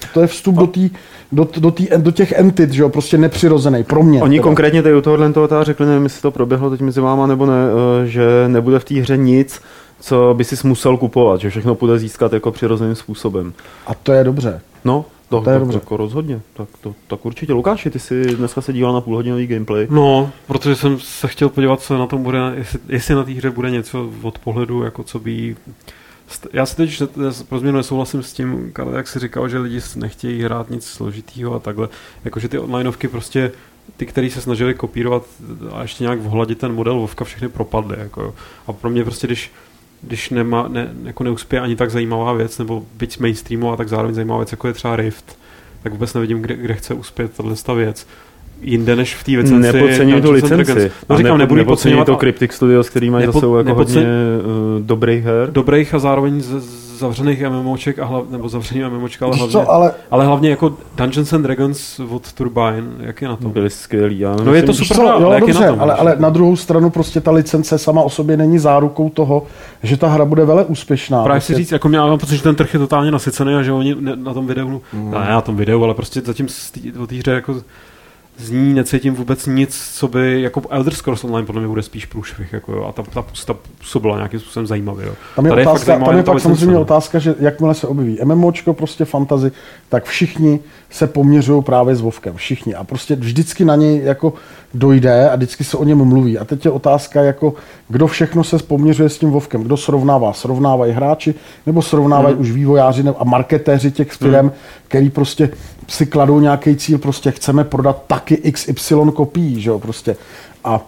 do těch entit, že jo, prostě nepřirozený pro mě. Oni teda konkrétně tady u tohohle řekli, nevím, jestli to proběhlo teď mezi váma nebo ne, že nebude v té hře nic, co by si musel kupovat, že všechno půjde získat jako přirozeným způsobem. A to je dobře. No, to je dobře. Jako rozhodně. Tak určitě. Lukáši, ty jsi dneska se díval na půlhodinový gameplay. No, protože jsem se chtěl podívat, co na tom bude, jestli na té hře bude něco od pohledu, jako co by. Já si teď pro změnu nesouhlasím s tím, Karel, jak jsi říkal, že lidi nechtějí hrát nic složitýho a takhle. Jakože ty onlineovky prostě, ty, který se snažili kopírovat a ještě nějak vhladit ten model Vovka, všechny propadly. Jako. A pro mě prostě, když jako neuspěje ani tak zajímavá věc, nebo byť mainstreamová, tak zároveň zajímavá věc, jako je třeba Rift, tak vůbec nevidím, kde chce uspět tato věc. Jinde než v té licenci. Nepodceňuji tu licenci. No říkám, nebudu podceňovat to Cryptic Studios, který mají za sebou jako hodně dobrých her. Dobrých a zároveň zavřených MMOček, nebo zavřený MMOčka, ale hlavně jako Dungeons and Dragons od Turbine, jak je na tom? Byli skvělí. No je to super, ale dobře, ale na druhou stranu prostě ta licence sama o sobě není zárukou toho, že ta hra bude vele úspěšná. Právě si říct, jako mám pocit, že ten trh je totálně nasycený a že oni na tom videu, ne na tom videu, ale prostě zatím o té hře jako z ní necítím vůbec nic, co by, jako Elder Scrolls Online podle mě bude spíš průšvih, jako jo, a ta působila nějakým způsobem zajímavě, jo. Tam je pak samozřejmě otázka, že jakmile se objeví MMOčko, prostě fantasy, tak všichni se poměřují právě s Vovkem, všichni a prostě vždycky na něj jako dojde a vždycky se o něm mluví a teď je otázka, jako kdo všechno se poměřuje s tím Vovkem, kdo srovnávají hráči, nebo srovnávají už vývojáři a marketéři těch firm, který prostě si kladou nějaký cíl, prostě chceme prodat taky XY kopií, že jo, prostě. A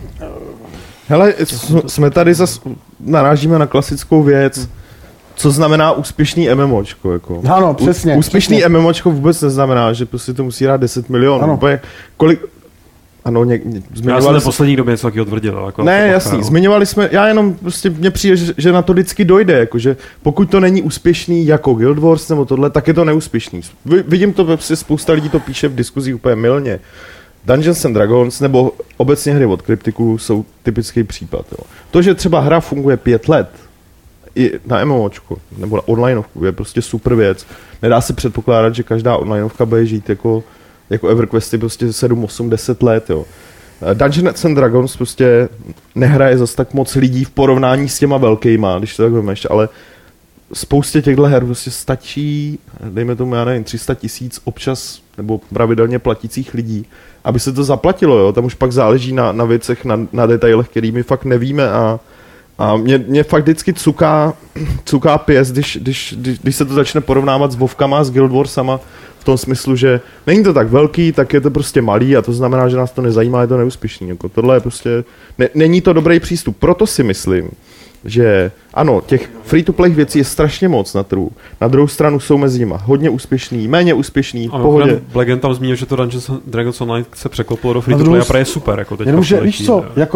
hele, jsme tady zase narážíme na klasickou věc, co znamená úspěšný MMOčko, jako. Ano, přesně. Úspěšný přesně. MMOčko vůbec neznamená, že prostě to musí dát 10 milionů. Ano. Kolik. Ano, já jsem poslední době něco taky odvrdil. Jako ne, jasný, zmiňovali jsme, já jenom prostě mně přijde, že na to vždycky dojde, jakože pokud to není úspěšný jako Guild Wars nebo tohle, tak je to neúspěšný. Vidím to, prostě spousta lidí to píše v diskuzích úplně mylně. Dungeons and Dragons nebo obecně hry od Cryptiku jsou typický případ. Jo. To, že třeba hra funguje 5 let i na MMOčku nebo na onlineovku je prostě super věc. Nedá se předpokládat, že každá onlineovka bude žít jako EverQuesty prostě 7, 8, 10 let, jo. Dungeons and Dragons prostě nehraje zas tak moc lidí v porovnání s těma velkýma, když to tak vemeš, ale spoustě těchto her prostě stačí, dejme tomu, já nevím, 300 000 občas nebo pravidelně platících lidí, aby se to zaplatilo, jo. Tam už pak záleží na věcech, na detailech, kterými fakt nevíme a mě fakt vždycky cuká pěst, když se to začne porovnávat s Vovkama, s Guild Warsama, v tom smyslu, že není to tak velký, tak je to prostě malý a to znamená, že nás to nezajímá, je to neúspěšný. Jako tohle je prostě, není to dobrý přístup. Proto si myslím, že ano, těch free-to-play věcí je strašně moc na trhu. Na druhou stranu jsou mezi nimi hodně úspěšný, méně úspěšný, v pohodě. Legend tam zmínil, že to Dungeons Dragons Online se překlopilo do free-to-play a je super. Jako jenomže víš co, jako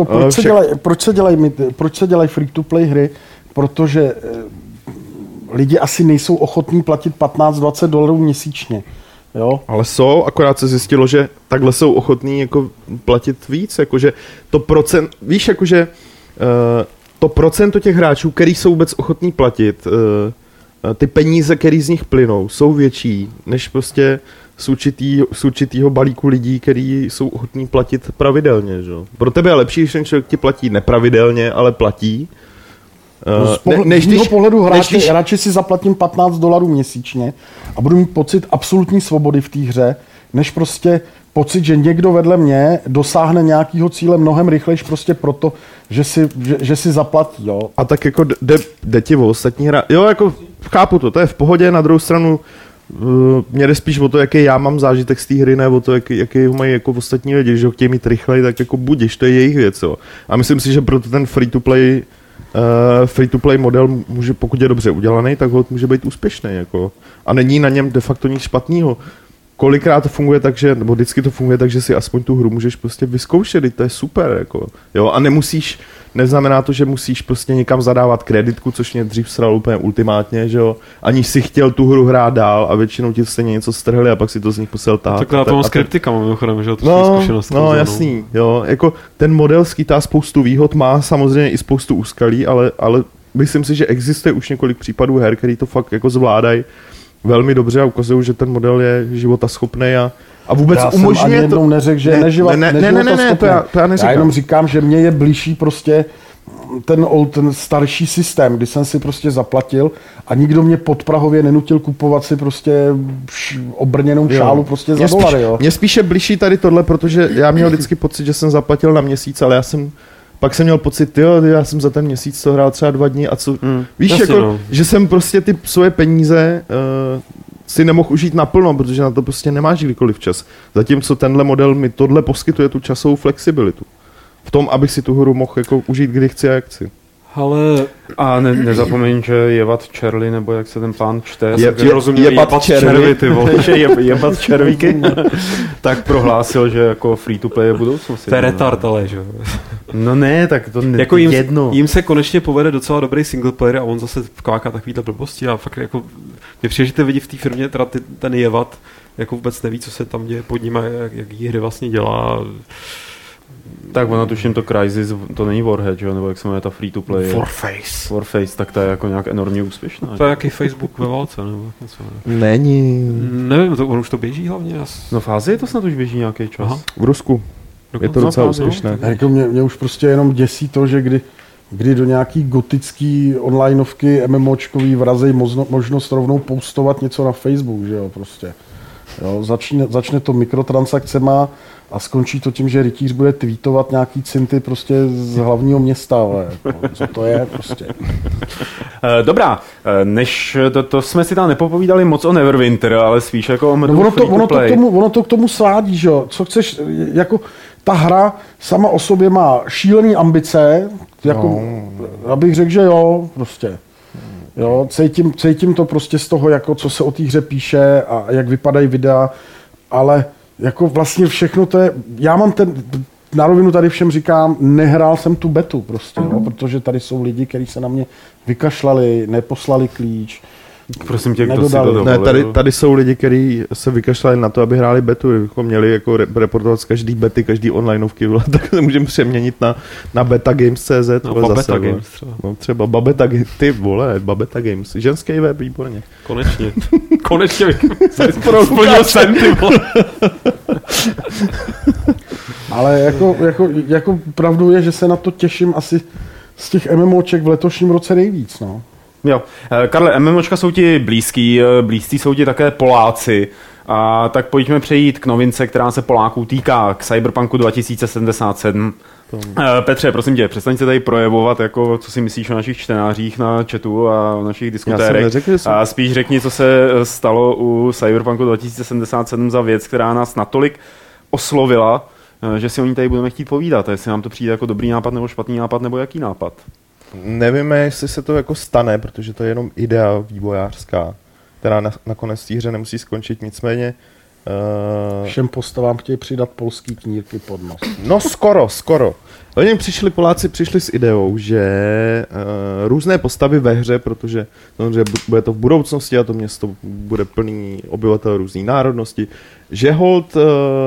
proč se dělají free-to-play hry? Protože lidi asi nejsou ochotní platit $15-20 měsíčně Jo? Ale jsou, akorát se zjistilo, že takhle jsou ochotní jako platit víc, jakože to procent, víš, jakože to procento těch hráčů, který jsou vůbec ochotní platit, ty peníze, který z nich plynou, jsou větší, než prostě z určitýho balíku lidí, který jsou ochotní platit pravidelně, že? Pro tebe je lepší, když ten člověk ti platí nepravidelně, ale platí. Z mého pohledu hráče, radši si zaplatím $15 měsíčně a budu mít pocit absolutní svobody v té hře, než prostě pocit, že někdo vedle mě dosáhne nějakého cíle mnohem rychlejš prostě proto, že si zaplatí, jo. A tak jako jde ti o ostatní hra. Jo, jako chápu to je v pohodě, na druhou stranu mě jde spíš o to, jaký já mám zážitek z té hry, ne o to, jaký ho mají jako ostatní lidi, že ho chtějí mít rychleji, tak jako budiš, to je jejich věc, jo. A myslím si, že proto ten free-to-play model může, pokud je dobře udělaný, tak ho může být úspěšný, jako. A není na něm de facto nic špatného. Kolikrát to funguje tak, že, nebo vždycky to funguje tak, že si aspoň tu hru můžeš prostě vyzkoušet, to je super, jako, jo, a neznamená to, že musíš prostě někam zadávat kreditku, což mě dřív sral úplně ultimátně, že jo, aniž si chtěl tu hru hrát dál a většinou ti stejně něco strhli a pak si to z nich musel tahat. Takhle to mám s kritikama, mimochodem, že jo, no jasný, jo, jako ten model skýtá spoustu výhod, má samozřejmě i spoustu úskalí, ale myslím si, že existuje už několik případů her, který to fakt jako zvládají velmi dobře a ukazují, že ten model je životaschopný a vůbec umožňuje to. Já jsem ani jednou neřekl, že je neživotaschopný. Já jenom říkám, že mně je blížší prostě ten starší systém, kdy jsem si prostě zaplatil a nikdo mě podprahově nenutil kupovat si prostě obrněnou šálu prostě za $. Jo. Mně spíše blížší tady tohle, protože já měl vždycky pocit, že jsem zaplatil na měsíc, ale pak jsem měl pocit, já jsem za ten měsíc to hrál třeba 2 dny a co, víš, jasně, jako, no. Že jsem prostě ty svoje peníze si nemohl užít naplno, protože na to prostě nemáš kdykoliv čas. Zatímco tenhle model mi tohle poskytuje tu časovou flexibilitu. V tom, abych si tu hru mohl jako užít, kdy chci a jak chci. Ale a nezapomeň, že jebat čerly, nebo jak se ten pán čte, jebat červy, ty vole. jebat červíky, tak prohlásil, že jako free to play je budoucnost. To je retard, ale že? No ne, tak to jako jim se konečně povede docela dobrý single player a on zase kváká takovýhle blbosti a fakt jako mě přijde, že ty lidi v té firmě, teda ten jevat, jako vůbec neví, co se tam děje pod ním a jak jí hry vlastně dělá. Tak ono tuším to Crysis, to není Warhead, jo? Nebo jak se jmenuje ta free to play. Warface, tak to je jako nějak enormně úspěšná. To je jaký Facebook ve válce, nebo něco. Není. Nevím, on už to běží hlavně. No v Ázii to snad už běží nějaký čas. Aha. V Rusku. Je to docela úspěšné. Jako mě už prostě jenom děsí to, že kdy do nějaký gotický onlineovky MMOčkový vrazej možnost rovnou postovat něco na Facebook, že jo, prostě. Jo, začne to mikrotransakcema a skončí to tím, že rytíř bude tweetovat nějaký cinty prostě z hlavního města, ale co to je prostě. Dobrá, než to jsme si tam nepopovídali moc o Neverwinter, ale spíš jako o modu ono to k tomu svádí, že jo, co chceš, jako ta hra sama o sobě má šílený ambice, jako, abych řekl, že jo, prostě. Jo, cítím to prostě z toho, jako co se o té hře píše a jak vypadají videa, ale jako vlastně všechno to je, já mám na rovinu tady všem říkám, nehrál jsem tu betu prostě, jo, protože tady jsou lidi, kteří se na mě vykašlali, neposlali klíč. Prosím tě, kdo si to dovolil? Ne, tady jsou lidi, kteří se vykašlali na to, aby hráli betu. Kdybychom měli jako reportovat z každý bety, každý onlineovky, tak se můžeme přeměnit na betagames.cz. No, Babeta Games třeba. No, třeba Babeta Games, ty vole, Babeta Games. Ženský web, výborně. Konečně. Konečně splnil jsem, ty vole. Ale jako pravdou je, že se na to těším asi z těch MMOček v letošním roce nejvíc, no. Jo, Karle, MMOčka jsou ti blízký jsou ti také Poláci, a tak pojďme přejít k novince, která se Poláků týká, k Cyberpunku 2077. Petře, prosím tě, přestaň se tady projevovat, jako co si myslíš o našich čtenářích na chatu a o našich diskutérech. A spíš řekni, co se stalo u Cyberpunku 2077 za věc, která nás natolik oslovila, že si o ní tady budeme chtít povídat. Jestli nám to přijde jako dobrý nápad nebo špatný nápad, nebo jaký nápad. Nevíme, jestli se to jako stane, protože to je jenom idea vývojářská, která nakonec té hře nemusí skončit, nicméně... Všem postavám chtějí přidat polský knírky pod nos. No skoro. Poláci přišli s ideou, že různé postavy ve hře, protože bude to v budoucnosti a to město bude plný obyvatel různý národnosti, že hold,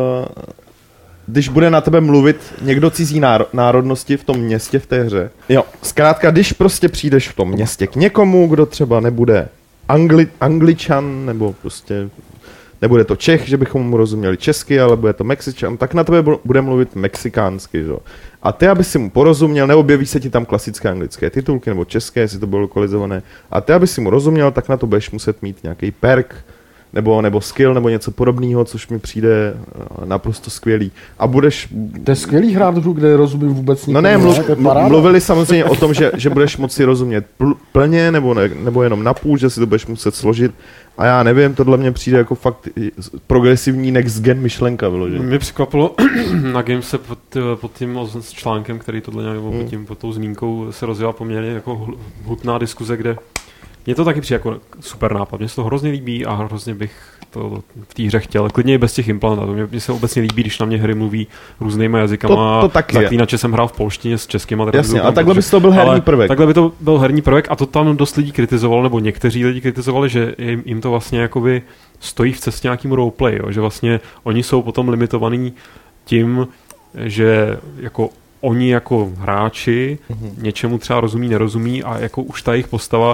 když bude na tebe mluvit někdo cizí národnosti v tom městě, v té hře. Jo, zkrátka, když prostě přijdeš v tom městě k někomu, kdo třeba nebude Angličan, nebo prostě nebude to Čech, že bychom mu rozuměli česky, ale bude to Mexičan, tak na tebe bude mluvit mexikánsky, že? A ty, aby si mu porozuměl, neobjeví se ti tam klasické anglické titulky, nebo české, jestli to bylo lokalizované, a ty, aby si mu rozuměl, tak na to budeš muset mít nějaký perk, nebo skill, nebo něco podobného, což mi přijde naprosto skvělý. A budeš... To je skvělý hrát hru, kde rozumím vůbec nikomu. No ne, mluvili samozřejmě o tom, že budeš moci rozumět plně, nebo jenom napůl, že si to budeš muset složit. A já nevím, tohle mně přijde jako fakt progresivní next gen myšlenka vyloženě. Mě překvapilo na Gamese pod tím článkem, který tohle nějak, pod tou zmínkou se rozjela poměrně jako hutná diskuze, kde mě to taky přijde jako super nápad. Mně se to hrozně líbí a hrozně bych to v té hře chtěl. Klidně i bez těch implantátů. Mně se obecně líbí, když na mě hry mluví různýma jazykama. To Zaklínače jsem hrál v polštině s českým. Jasně, a takhle by to byl herní prvek. Takhle by to byl herní prvek a to tam dost lidí kritizovalo, nebo někteří lidi kritizovali, že jim to vlastně jakoby stojí v cestě nějakým roleplay, jo? Že vlastně oni jsou potom limitovaní tím, že jako oni jako hráči něčemu třeba rozumí, nerozumí a jako už ta jejich postava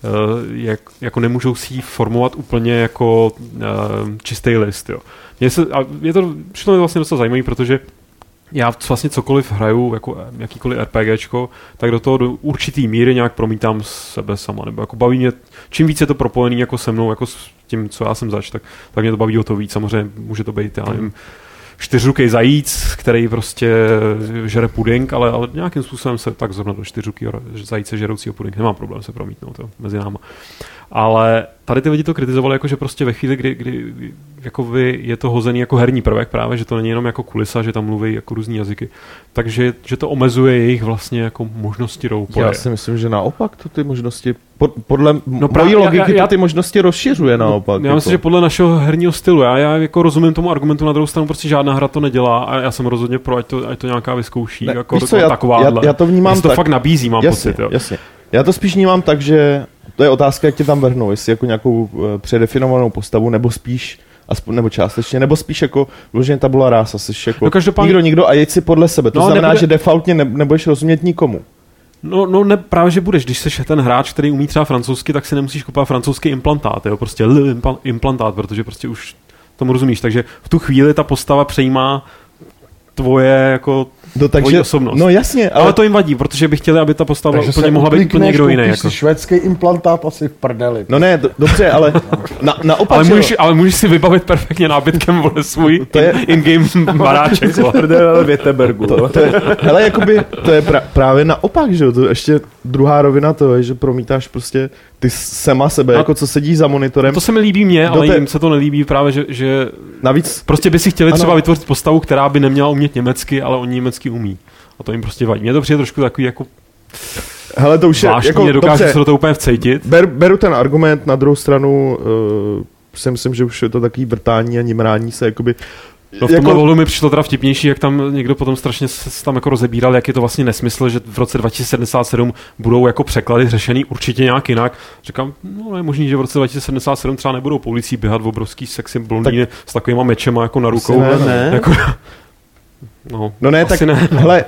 jako nemůžou si ji formovat úplně jako čistý list. Jo. Přišlo mi vlastně docela zajímavý, protože já vlastně cokoliv hraju, jako jakýkoliv RPGčko, tak do toho do určitý míry nějak promítám sebe sama, nebo jako baví mě, čím víc je to propojený jako se mnou, jako s tím, co já jsem zač, tak mě to baví o to víc, samozřejmě může to být, já nevím, 4ruký zajíc, který prostě žere puding, ale nějakým způsobem se tak zrovna do 4ruký zajíce žeroucího puding nemám problém se promítnout to mezi náma. Ale tady ty lidi to kritizovali, jako že prostě ve chvíli, kdy jakoby je to hozený jako herní prvek právě, že to není jenom jako kulisa, že tam mluví jako různý jazyky, takže že to omezuje jejich vlastně jako možnosti roleplaye. Já si myslím, že naopak to ty možnosti podle mojí logiky ty možnosti rozšiřuje naopak. Já myslím, že podle našeho herního stylu, já jako rozumím tomu argumentu, na druhou stranu prostě žádná hra to nedělá a já jsem rozhodně pro, ať to nějaká vyzkouší, ne, jako takováhle. Já to vnímám tak. To fakt nabízí, mám pocit. Jo. Jasně. Já to spíš vnímám tak, že to je otázka, jak tě tam vrhnou, jestli jako nějakou předefinovanou postavu, nebo spíš aspoň, nebo částečně, nebo spíš jako vloženě tabula rasa, jsi jako nikdo a jeď si podle sebe. To znamená, že defaultně nebudeš rozumět nikomu. No ne, právě že budeš, když jsi ten hráč, který umí třeba francouzsky, tak si nemusíš kupovat francouzský implantát, jo, prostě implantát, protože prostě už tomu rozumíš, takže v tu chvíli ta postava přejímá tvoje jako tvoji osobnost. No jasně, ale to jim vadí, protože by chtěli, aby ta postava úplně mohla být úplně někdo jiný. Jako. Švédský implantát asi v prdeli. No ne, dobře, ale naopak. Ale můžeš si vybavit perfektně nábytkem svůj in-game baráček. Prdele Větebergu. Hele, jakoby, to je právě naopak, že jo, to ještě druhá rovina to je, že promítáš prostě ty sama sebe, jako co sedí za monitorem. To se mi líbí mně, ale jim se to nelíbí právě, že navíc prostě by si chtěli třeba vytvořit postavu, která by neměla umět německy, ale oni německy umí. A to jim prostě vadí. Mně to přijde trošku takový jako hele, to už je zvláštní, jako, nedokážu se do toho úplně vcejtit. Beru ten argument, na druhou stranu si myslím, že už je to takový vrtání a nimrání se, jakoby. No v tomhle ohledu mi přišlo teda vtipnější, jak tam někdo potom strašně se tam jako rozebíral, jak je to vlastně nesmysl, že v roce 2077 budou jako překlady řešený určitě nějak jinak. Říkám, no je možný, že v roce 2077 třeba nebudou po ulicích běhat v obrovský sexy blondýny s takovýma mečema jako na rukou. Ne. Jako, no ne, tak ne. Hele,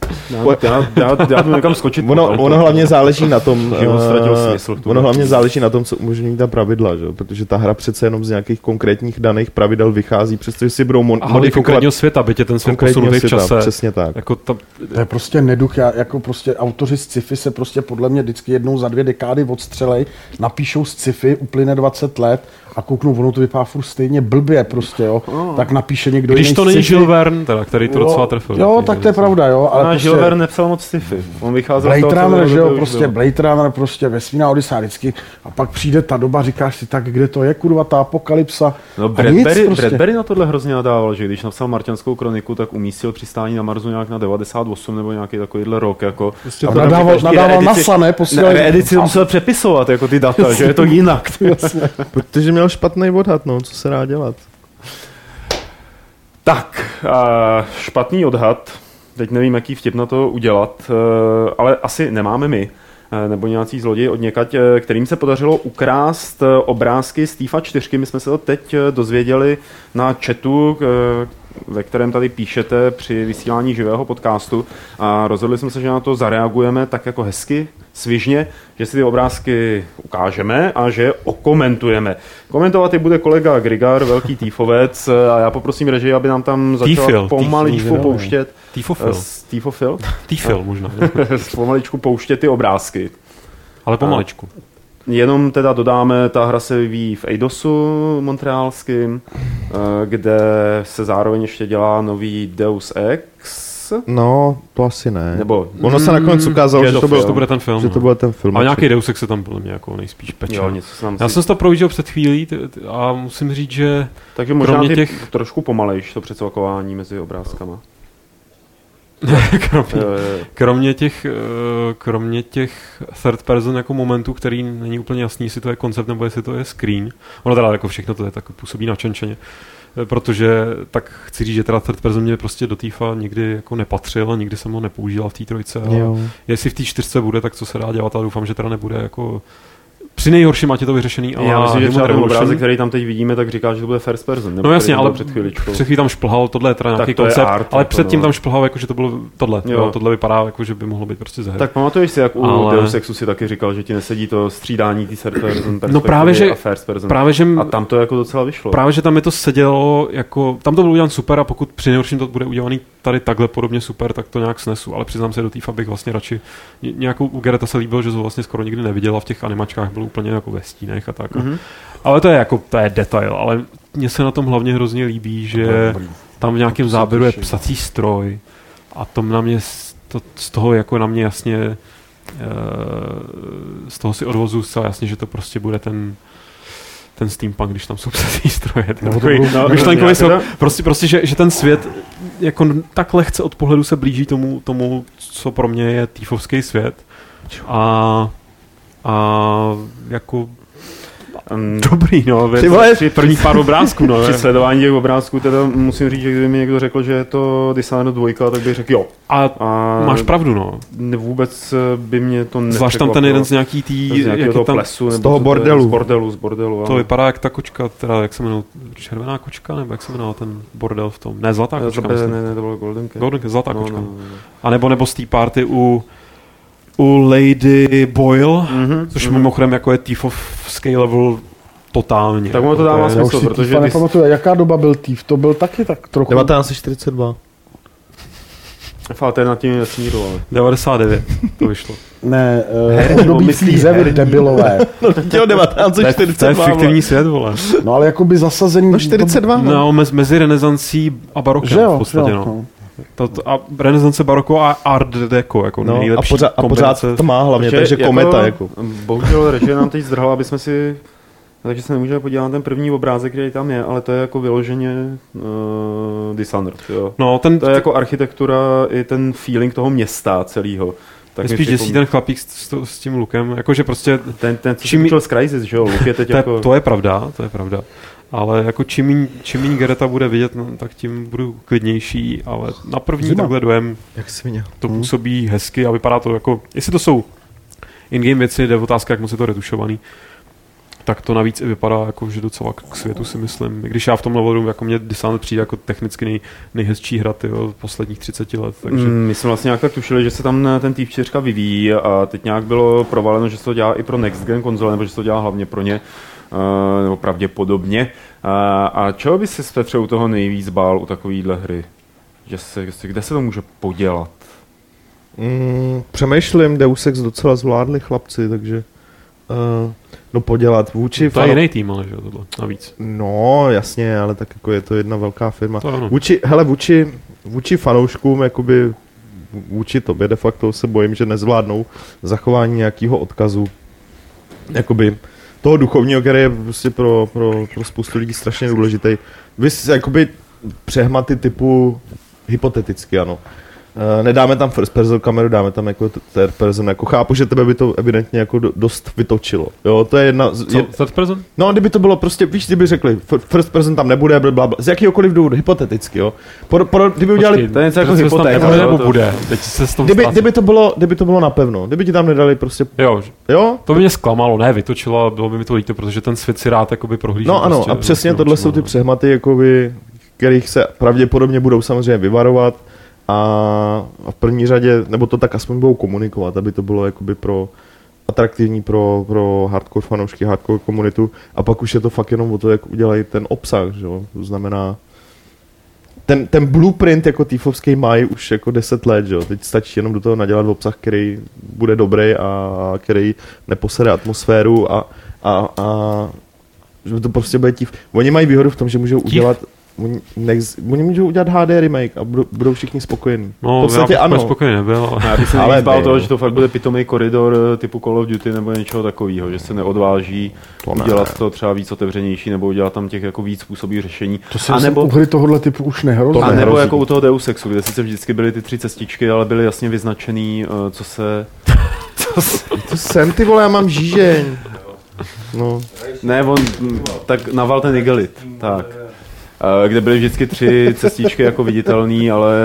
já jdu někam skočit. Ono hlavně záleží na tom, ono hlavně záleží na tom, co umožňují ta pravidla, že? Protože ta hra přece jenom z nějakých konkrétních daných pravidel vychází, přestože si budou modifikovat konkrétního světa, byť je ten svět posunutý v čase. Přesně tak. Jako to je prostě neduch, jako prostě autoři z sci-fi se prostě podle mě vždycky jednou za 2 dekády odstřelej, napíšou z sci-fi, uplyne 20 let a kouknou, ono to vypadá furt stejně blbě prostě, jo. Tak napíše někdo jiný. Když to není Jules Verne, teda, který to docela trefil. Jo, tak to je pravda, jo. Ale prostě Jules Verne nepsal moc sci-fi. On vycházel Blade Runner, že jo, prostě Blade Runner, prostě vesmírná Odyssea vždycky. A pak přijde ta doba, říkáš si, tak kde to je, kurva, ta apokalypsa. No Bradbury na tohle hrozně nadával, že když napsal Marťanskou kroniku, tak umístil přistání na Marsu nějak na 98 nebo nějaký takovýhle rok, jako. Prostě to nadával NASA, ne? Edici musel přepisovat, jako ty data, že je to jinak. Protože měl špatný odhad, no, co se dá dělat. Tak, špatný odhad. teď nevím, jaký vtip na to udělat, ale asi nemáme my, nebo nějací zloději od někať, kterým se podařilo ukrást obrázky z FIFA 4. My jsme se to teď dozvěděli na chatu, ve kterém tady píšete při vysílání živého podcastu a rozhodli jsme se, že na to zareagujeme tak jako hezky, svižně, že si ty obrázky ukážeme a že je okomentujeme. Komentovat je bude kolega Grigar, velký týfovec a já poprosím režii, aby nám tam začal pomaličku pouštět. Týfofil? Týfil možná. Pomaličku pouštět ty obrázky. Ale pomaličku. Jenom teda dodáme, ta hra se vyvíjí v Eidosu montrealským, kde se zároveň ještě dělá nový Deus Ex. No, to asi ne. Nebo ono se nakonec ukázalo, že to bude ten film. Že to bude ten film. A nějaký Deus Ex se tam byl mě jako nejspíš pečel. Já jsem si to projížděl před chvílí a musím říct, že takže možná těch trošku pomalejš to přecvakování mezi obrázkama. kromě těch third person jako momentů, který není úplně jasný, jestli to je koncept nebo jestli to je screen. Ono teda jako všechno to je tak působí načenčeně. Protože tak chci říct, že teda third person mě prostě do FIFA nikdy jako nepatřil a nikdy jsem ho nepoužíval v té trojce. Jestli v té 4 bude, tak co se dá dělat a doufám, že teda nebude jako při nejhorším, ať je to vyřešený. Já myslím, že třeba ten obrázek, který tam teď vidíme, tak říká, že to bude first person. No jasně, ale před chvílí tam šplhal, tohle je teda nějaký koncept, ale předtím tam šplhal, jako, že to bylo tohle. Jo. Tohle vypadá, jako, že by mohlo být prostě ze hry. Tak pamatuješ si, jak u Deus Exu si taky říkal, že ti nesedí to střídání té third person no právě, a first person. Právě, že, a tam to jako docela vyšlo. Právě, že tam mi to sedělo, jako, tam to bylo udělané super a pokud při nejhorším to bude udělaný tady takhle podobně super, tak to nějak snesu, ale přiznám se, do FIFA bych vlastně radši nějakou u Gereta se líbilo, že to vlastně skoro nikdy neviděla, v těch animačkách byl úplně jako ve stínech a tak. Ale to je detail, ale mně se na tom hlavně hrozně líbí, že tam v nějakém záběru je psací stroj a to na mě z toho jako na mě jasně z toho si odvozu zcela jasně, že to prostě bude ten steampunk, když tam jsou psací stroje. Prostě že ten svět jako tak lehce od pohledu se blíží tomu, co pro mě je týfovský svět. A jako dobrý, no. Při prvních pár obrázků, no. Při sledování těch obrázků teda musím říct, že kdyby mi někdo řekl, že je to Dishonored 2, tak bych řekl jo. A máš pravdu, no. Vůbec by mě to nepřekvapilo. Zvlášť tam ten jeden z nějakého plesu, z toho bordelu. Z bordelu. To vypadá jak ta kočka, teda jak se jmenuje, červená kočka, nebo jak se jmenuje ten bordel v tom. Ne, zlatá kočka. Ne, to bylo Golden Cat. Golden Cat, zlatá kočka. No. A nebo z té party u Lady Boyle, což mimochodem jako je Thiefovský level totálně. Tak mu to dává smysl, protože... Já nepamatuju, jaká doba byl Thief, to byl taky tak trochu... 1942. To je nad tím jasníru, ale... 99 to vyšlo. Ne, období slízevy debilové. No teď jo, 1942. To je fiktivní svět, vole. No ale jakoby zasazení... No 42. No, mezi renesancí a barokem v podstatě, no. A renesance, baroko a art deco, jako nejlepší a pořád tma hlavně, takže kometa, jako. Bohužel režie nám teď zdrhla, aby jsme si... Takže se nemůžeme podívat na ten první obrázek, který tam je, ale to je jako vyloženě Dishonored, jo. No, to je jako architektura i ten feeling toho města celého. Tak spíš děsí ten chlapík s tím lukem, jakože prostě... Ten co čím... z Crysis, že jo, luk je teď jako... To je pravda. Ale jako čím méně Gereta bude vidět, no, tak tím budu klidnější, ale na první takhle dojem to působí hezky a vypadá to jako, jestli to jsou in-game věci, jde otázka, jak moc je to retušovaný, tak to navíc i vypadá jako, že docela k světu si myslím. Když já v tom levelu, jako mě Dishonored přijde jako technicky nejhezčí hra posledních 30 let. Takže... My jsme vlastně nějak tak tušili, že se tam ten Thief 4 vyvíjí a teď nějak bylo provaleno, že se to dělá i pro next gen konzole, nebo že se to dělá hlavně pro ně, nebo pravděpodobně. A čeho by si Petře u toho nejvíc bál u takovýhle hry? Kde se to může podělat? Přemýšlím, Deus Ex docela zvládli chlapci, takže podělat vůči... To je jiný tým, ale že tohle, navíc. No, jasně, ale tak jako je to jedna velká firma. Vůči fanouškům, jakoby vůči tobě de facto se bojím, že nezvládnou zachování nějakého odkazu, jakoby toho duchovního, který je prostě pro spoustu lidí strašně důležitý. Jakoby přehmaty typu hypoteticky, ano. Nedáme tam first person kameru, dáme tam jako third person, jako chápu, že tebe by to evidentně jako dost vytočilo. Jo, to je jedna... Third person? No, kdyby to bylo prostě, víš, kdyby řekli, first person tam nebude, blablabla, z jakýhokoliv důvodu, hypoteticky, jo. Kdyby udělali... To je něco jako hypotéka. Nebo bude. Teď se s tom kdyby to bylo napevno, kdyby ti tam nedali prostě... Jo? To by mě zklamalo, ne, vytočilo, bylo by mi to líto, protože ten svět si rád jakoby prohlíží. No ano, prostě, a přesně tohle jsou ty přehmaty, jakoby, kterých se pravděpodobně budou samozřejmě vyvarovat. A v první řadě, nebo to tak aspoň budou komunikovat, aby to bylo jakoby atraktivní pro hardcore fanoušky, hardcore komunitu, a pak už je to fakt jenom o to, jak udělají ten obsah, že jo? To znamená, ten blueprint jako týfovský mají už jako 10 let, že jo? Teď stačí jenom do toho nadělat obsah, který bude dobrý a který neposede atmosféru a že to prostě bude týf. Oni mají výhodu v tom, že můžou udělat... Oni můžou udělat HD remake a budou všichni spokojení. No, v podstatě já spokojený nebyl. Já bych se nebál toho, že to fakt bude pitomý koridor typu Call of Duty nebo něčeho takového, že se neodváží udělat to třeba víc otevřenější nebo udělat tam těch jako víc způsobů řešení. To se u hry tohohle typu už nehrozí. A nebo jako u toho Deus Exu, kde sice vždycky byly ty 3 cestičky, ale byly jasně vyznačený, co se... To jsem, ty vole, já mám žížeň. No. Ne, tak naval ten igelit, tak. Kde byly vždycky 3 cestičky jako viditelný, ale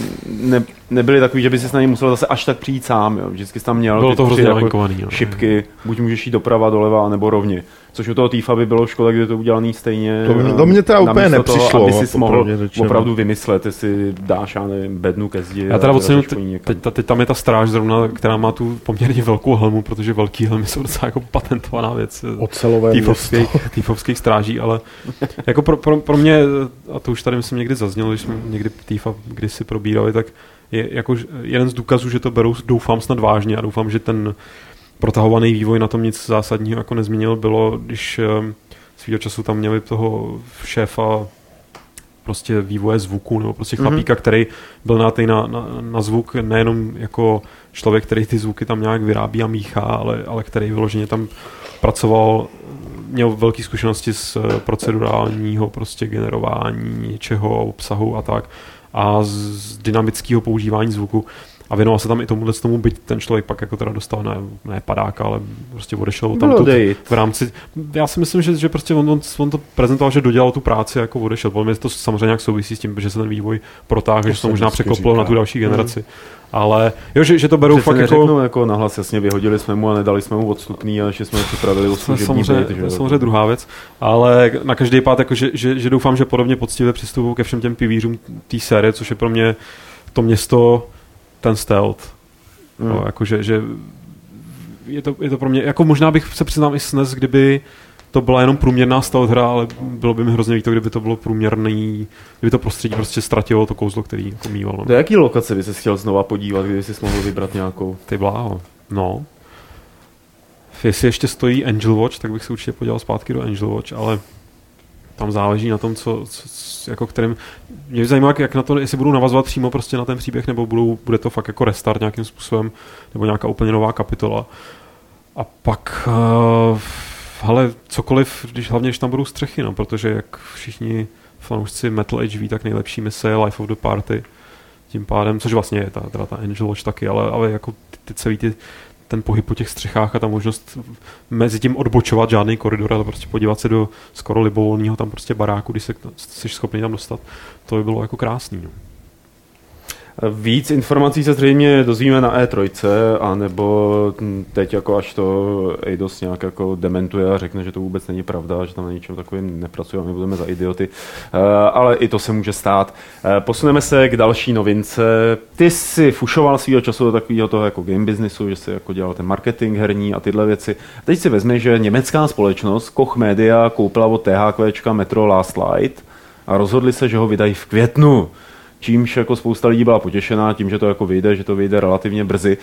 nebyly takový, že by si na ně musel zase až tak přijít sám. Jo. Vždycky jsi tam měl bylo ty to 3 jako šipky, buď můžeš jít doprava, doleva, nebo rovně. Což u toho Tifa by bylo škoda, kdyby to udělaný stejně. To mě teda úplně nepřišlo. Toho, aby si mohl opravdu vymyslet, jestli dáš, já nevím, bednu ke zdi. Já teda ocením, teď tam je ta stráž zrovna, která má tu poměrně velkou helmu, protože velký helmy jsou docela jako patentovaná věc. Ocelové týfovských stráží, ale jako pro mě, a to už tady myslím někdy zaznělo, když jsme někdy Tifa kdysi probírali, tak je jako jeden z důkazů, že to berou, doufám, snad vážně a doufám, že ten protahovaný vývoj na tom nic zásadního jako nezměnil, bylo, když svýho času tam měli toho šéfa prostě vývoje zvuku, nebo prostě chlapíka, který byl nátej na zvuk, nejenom jako člověk, který ty zvuky tam nějak vyrábí a míchá, ale který vyloženě tam pracoval, měl velké zkušenosti z procedurálního prostě generování něčeho, obsahu a tak, a z dynamického používání zvuku. A věnoval se tam i tomu, byť ten člověk pak jako teda dostal ne padáka, ale prostě odešel tam v rámci. Já si myslím, že prostě on to prezentoval, že dodělal tu práci jako odešel. Podle mě to samozřejmě nějak souvisí s tím, že se ten vývoj protáhl, že se to možná překlopilo na tu další generaci. Ale jo, že to berou fakt jako nahlas, jasně vyhodili jsme mu a nedali jsme mu odstupný a že jsme připravili o služební byt. To je samozřejmě druhá věc, ale na každý pád jako, že doufám, že podobně poctivě přistupují ke všem těm pilířům té série, což je pro mě to město, ten stealth. No, jakože, že je to pro mě, jako možná bych se přiznám i snes, kdyby to byla jenom průměrná stealth hra, ale bylo by mi hrozně líto, kdyby to bylo průměrný, kdyby to prostředí prostě ztratilo to kouzlo, který jako mýval. No. Do jaký lokace by se chtěl znova podívat, kdyby jsi mohl vybrat nějakou? Ty bláho, no. Jestli ještě stojí Angel Watch, tak bych se určitě podíval zpátky do Angel Watch, ale tam záleží na tom, co jako kterým... Mě zajímá, jak na to, jestli budou navazovat přímo prostě na ten příběh, nebo bude to fakt jako restart nějakým způsobem, nebo nějaká úplně nová kapitola. A pak, hele, cokoliv, hlavně, když tam budou střechy, no, protože jak všichni fanoušci Metal Age ví, tak nejlepší mise je Life of the Party. Tím pádem, což vlastně je ta Angel Watch taky, ale jako celý ten pohyb po těch střechách a ta možnost mezi tím odbočovat žádný koridor, ale prostě podívat se do skoro libovolného tam prostě baráku, když jsi schopný tam dostat, to by bylo jako krásný. No. Víc informací se zřejmě dozvíme na E3, anebo teď jako až to Eidos nějak jako dementuje a řekne, že to vůbec není pravda, že tam na ničem takovým nepracuje a my budeme za idioty, ale i to se může stát. Posuneme se k další novince. Ty jsi fušoval svýho času do takového toho jako game businessu, že jsi jako dělal ten marketing herní a tyhle věci. Teď si vezmi, že německá společnost Koch Media koupila od THQčka Metro Last Light a rozhodli se, že ho vydají v květnu. Čímž jako spousta lidí byla potěšená tím, že to jako vyjde, že to vyjde relativně brzy.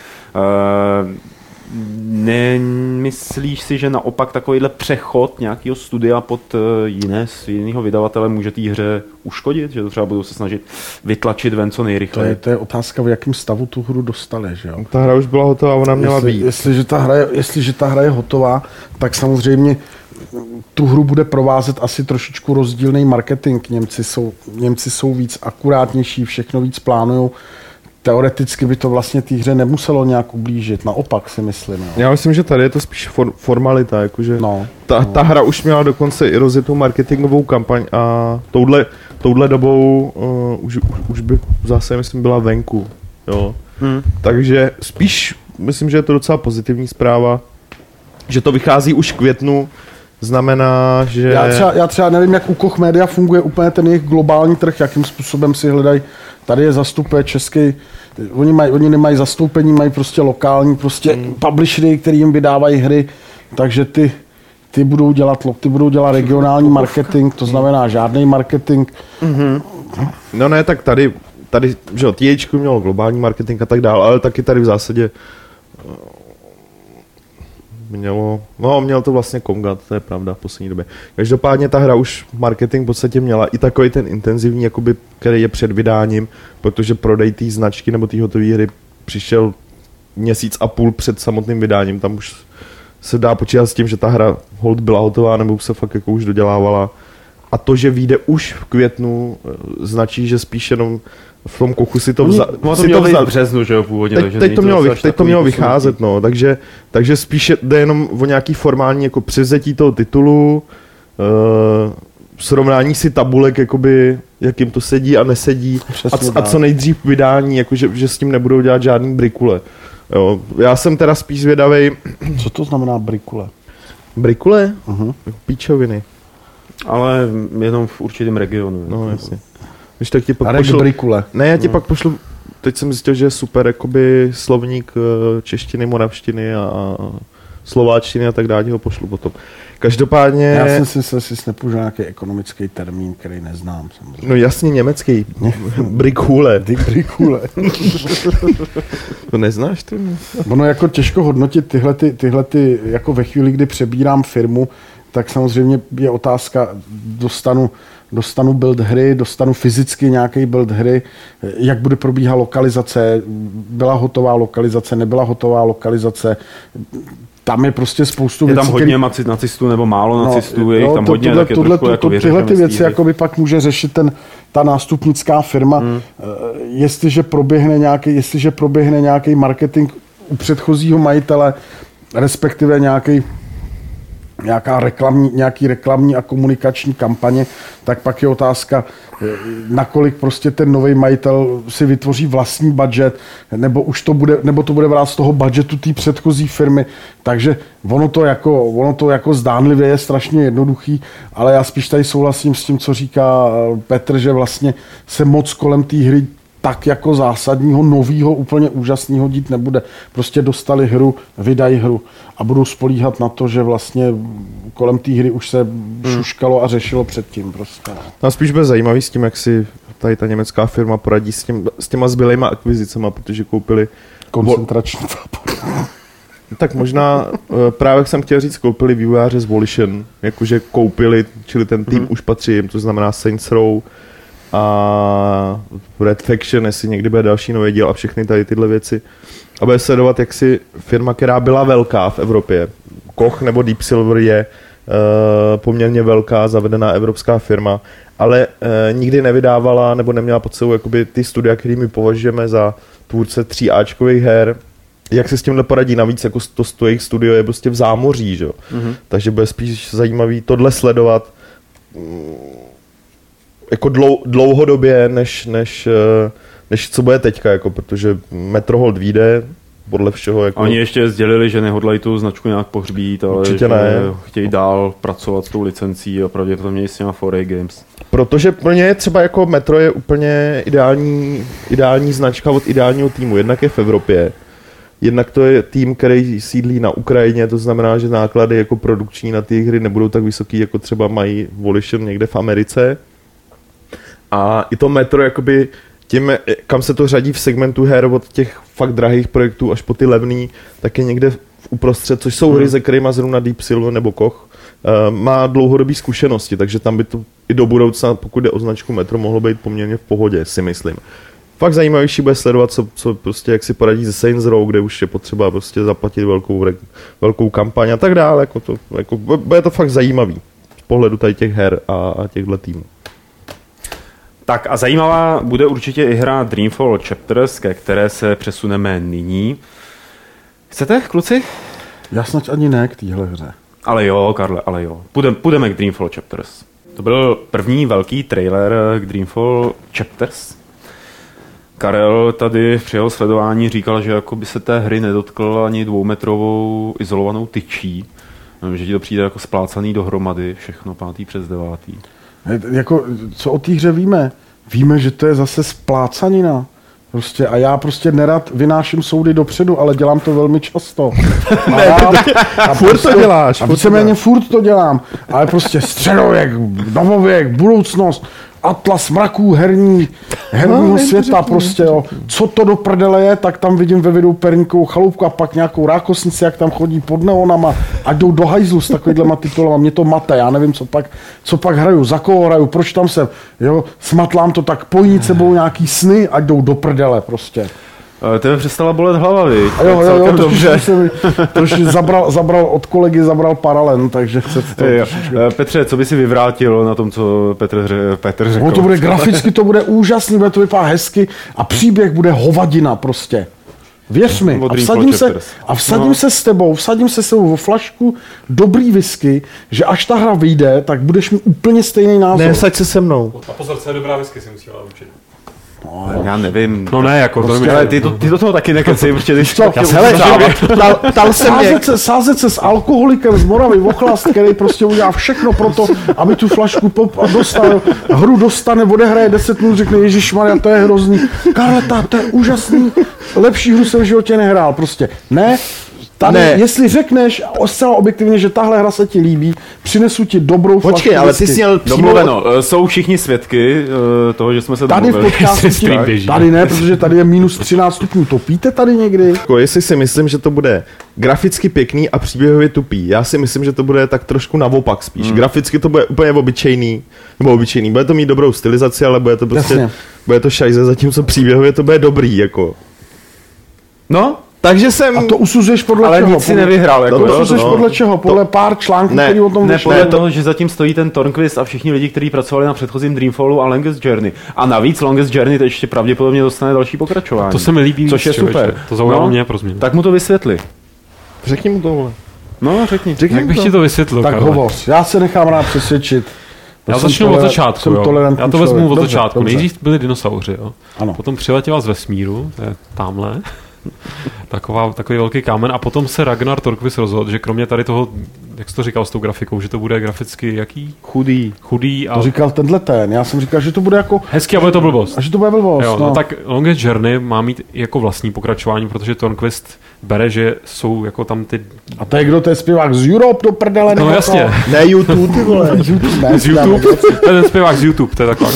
Nemyslíš si, že naopak takovýhle přechod nějakého studia pod jiného vydavatele může té hře uškodit? Že to třeba budou se snažit vytlačit ven co nejrychleji? To je otázka, v jakém stavu tu hru dostali, že jo? Ta hra už byla hotová, ona měla být. Jestliže ta hra je hotová, tak samozřejmě tu hru bude provázet asi trošičku rozdílný marketing. Němci jsou víc akurátnější, všechno víc plánujou. teoreticky by to vlastně té hře nemuselo nějak ublížit, naopak si myslím. Jo. Já myslím, že tady je to spíš formalita, jakože ta hra už měla dokonce i rozjetou marketingovou kampaň a touhle dobou už by zase, myslím, byla venku. Jo. Takže spíš myslím, že je to docela pozitivní zpráva, že to vychází už v květnu, znamená, že... Já třeba nevím, jak u Koch Media funguje úplně ten jejich globální trh, jakým způsobem si hledají. Tady je zastupuje český, oni nemají zastoupení, mají prostě lokální publishery, který jim vydávají hry, takže ty budou dělat regionální marketing, to znamená žádný marketing. No ne, tak tady že jo, THQ mělo globální marketing a tak dále, ale taky tady v zásadě měl to vlastně Kongat, to je pravda v poslední době. Každopádně ta hra už marketing v podstatě měla i takový ten intenzivní, jakoby, který je před vydáním, protože prodej té značky nebo té hotové hry přišel měsíc a půl před samotným vydáním. Tam už se dá počítat s tím, že ta hra hold byla hotová nebo se fakt jako už dodělávala. A to, že vyjde už v květnu, značí, že spíš jenom v tom Kochu si to vzal. To mělo v březnu, že jo, původně. Teď to mělo vycházet, no, takže spíš jde jenom o nějaký formální jako převzetí toho titulu, srovnání si tabulek, jakoby, jak jim to sedí a nesedí a co nejdřív vydání, jakože, že s tím nebudou dělat žádný brikule. Jo, já jsem teda spíš zvědavej. Co to znamená brikule? Brikule? Píčoviny. Ale jenom v určitém regionu. No, jasně. Když tak ti pak brikule. Ne, já ti pak pošlu, teď jsem zjistil, že je super jakoby slovník češtiny, moravštiny a slováčtiny a tak dále, ho pošlu potom. Každopádně... Já jsem si nepoužil nějaký ekonomický termín, který neznám. Samozřejmě. No jasně, německý. Brikule. Brikule. To neznáš ty? Ono jako těžko hodnotit tyhle jako ve chvíli, kdy přebírám firmu, tak samozřejmě je otázka, dostanu build hry, dostanu fyzicky nějaký build hry, jak bude probíhat lokalizace, byla hotová lokalizace, nebyla hotová lokalizace, tam je prostě spoustu věcí. Je tam hodně nacistů nebo málo nacistů, je tam hodně, tak je trošku jako tyhle ty věci jakoby pak může řešit ta nástupnická firma, jestliže proběhne nějaký marketing u předchozího majitele, respektive nějaký reklamní a komunikační kampaně, tak pak je otázka, nakolik prostě ten nový majitel si vytvoří vlastní budget, nebo to bude brát z toho budgetu té předchozí firmy. Takže ono to jako zdánlivě je strašně jednoduchý, ale já spíš tady souhlasím s tím, co říká Petr, že vlastně se moc kolem té hry tak jako zásadního, novýho, úplně úžasného dít nebude. Prostě dostali hru, vydají hru a budou spolíhat na to, že vlastně kolem té hry už se šuškalo a řešilo předtím. Prostě. No spíš bude zajímavý s tím, jak si tady ta německá firma poradí s těma zbylejma akvizicema, protože koupili... Koncentrační tábor. Tak možná, právě jsem chtěl říct, koupili vývojáře z Volition, jakože koupili, čili ten tým už patří jim, to znamená Saints Row a Red Faction, jestli někdy bude další nový díl a všechny tady tyhle věci. A bude sledovat, jak si firma, která byla velká v Evropě, Koch nebo Deep Silver je poměrně velká, zavedená evropská firma, ale nikdy nevydávala nebo neměla pod sebou jakoby ty studia, kterými považujeme za tvůrce 3Ačkových her, jak se s tímhle poradí. Navíc jako to jejich studio je prostě v zámoří, že? Takže bude spíš zajímavý tohle sledovat jako dlouhodobě, než co bude teďka, jako, protože Metrohold vyjde podle všeho. Jako... Oni ještě sdělili, že nehodlají tu značku nějak pohřbít, ale určitě že ne. Chtějí dál pracovat s tou licencí a pravděpodobně s těma 4A Games. Protože pro ně třeba jako Metro je úplně ideální značka od ideálního týmu. Jednak je v Evropě, jednak to je tým, který sídlí na Ukrajině, to znamená, že náklady jako produkční na ty hry nebudou tak vysoký, jako třeba mají Volition někde v Americe. A i to Metro, jakoby tím, kam se to řadí v segmentu her od těch fakt drahých projektů až po ty levný, tak je někde uprostřed, což jsou hry, se kterýma zrovna Deep Silver nebo Koch má dlouhodobý zkušenosti, takže tam by to i do budoucna, pokud jde o značku Metro, mohlo být poměrně v pohodě, si myslím. Fakt zajímavější bude sledovat, co prostě, jak si poradí ze Saints Row, kde už je potřeba prostě zaplatit velkou kampaň a tak dále. Bude to fakt zajímavý z pohledu tady těch her a těchto týmů. Tak a zajímavá bude určitě i hra Dreamfall Chapters, ke které se přesuneme nyní. Chcete, kluci? Já snad ani ne k téhle hře. Ale jo, Karle, ale jo. Půjdeme k Dreamfall Chapters. To byl první velký trailer k Dreamfall Chapters. Karel tady při jeho sledování říkal, že jako by se té hry nedotkl ani 2metrovou izolovanou tyčí. Že ti to přijde jako splácaný dohromady, všechno 5. přes 9. Jako, co o té hře víme? Víme, že to je zase splácanina. Prostě, a já prostě nerad vynáším soudy dopředu, ale dělám to velmi často. Furt to děláš. A víceméně furt to dělám. Ale prostě středověk, novověk, budoucnost, atlas mraků herního světa prostě, jo. Co to do prdele je, tak tam vidím ve videu perníkovou chaloupku a pak nějakou rákosnici, jak tam chodí pod neonama a jdou do hajzlu s takovýhlema titulama. Mě to mate, já nevím, co pak hraju, za koho hraju, proč tam jsem, jo, smatlám to tak, pojít sebou nějaký sny a jdou do prdele prostě. Tebe přestala bolet hlava, viď? Jo, dobře. Trošku zabral od kolegy, paralen, takže chce to. Petře, co by si vyvrátil na tom, co Petr řekl? No to bude graficky, to bude úžasný, bude to vypadat hezky a příběh bude hovadina prostě. Věř mi, a vsadím se s tebou o flašku dobrý whisky, že až ta hra vyjde, tak budeš mít úplně stejný názor. Ne, saď se se mnou. A pozor, co je dobrá whisky, si musím učit. No, já nevím. No ne, jako prostě, ale ty do toho taky nekecej, protože když ptal jsem sázet se s alkoholikem z Moravy ochlast, který prostě udělá všechno pro to, aby tu flašku dostal, hru dostane, odehraje 10 minut, řekne Ježišmarja, to je hrozný. Karleta, to je úžasný, lepší hru jsem v životě nehrál, prostě. Ne, tady, jestli řekneš zcela objektivně, že tahle hra se ti líbí, přinesu ti dobrou flašku. Počkej, ale ty jsi měl domluveno. Jsou všichni svědky toho, že jsme se tady v podcastu tady ne, protože tady je minus 13 stupňů. Topíte tady někdy? Jestli si myslím, že to bude graficky pěkný a příběhově tupý, já si myslím, že to bude tak trošku naopak spíš. Graficky to bude úplně obyčejný, bude to mít dobrou stylizaci, ale bude to prostě, bude to šajze, zatímco příběhově to bude dobrý, jako. No, takže jsem... A to usuzuješ podle čeho? Ale nic si nevyhrál. Jako, to usuzuješ podle čeho? Podle pár článků, který o tom vyšlo? Podle toho, že zatím stojí ten Tornquist a všichni lidi, kteří pracovali na předchozím Dreamfallu a Longest Journey. A navíc Longest Journey to ještě pravděpodobně dostane další pokračování. To se mi líbí. Což je super. To zaujalo mě pro změnu. Tak mu to vysvětli. Řekni mu to, vole. No, řekni. Jak bych ti to vysvětlil, tak hovoř. Já se nechám rád přesvědčit. Já začnu od začátku, jo. Já to vezmu od začátku. Nejdřív byli dinosauři, jo. Ano. Potom přiletěla z vesmíru, to je tamhle. Takový velký kámen a potom se Ragnar Torquist rozhodl, že kromě tady toho, jak jsi to říkal s tou grafikou, že to bude graficky jaký? Chudý a... To říkal ten, já jsem říkal, že to bude jako... Hezky a bude to blbost. A že to bude blbost, jo, no. Tak Longest Journey má mít jako vlastní pokračování, protože Tornquist bere, že jsou jako tam ty... A to je kdo, to je zpěvák z Europe do prdele? No jasně. Ne YouTube, ty vole. Z YouTube? To je ten zpěvák z YouTube, to je taková...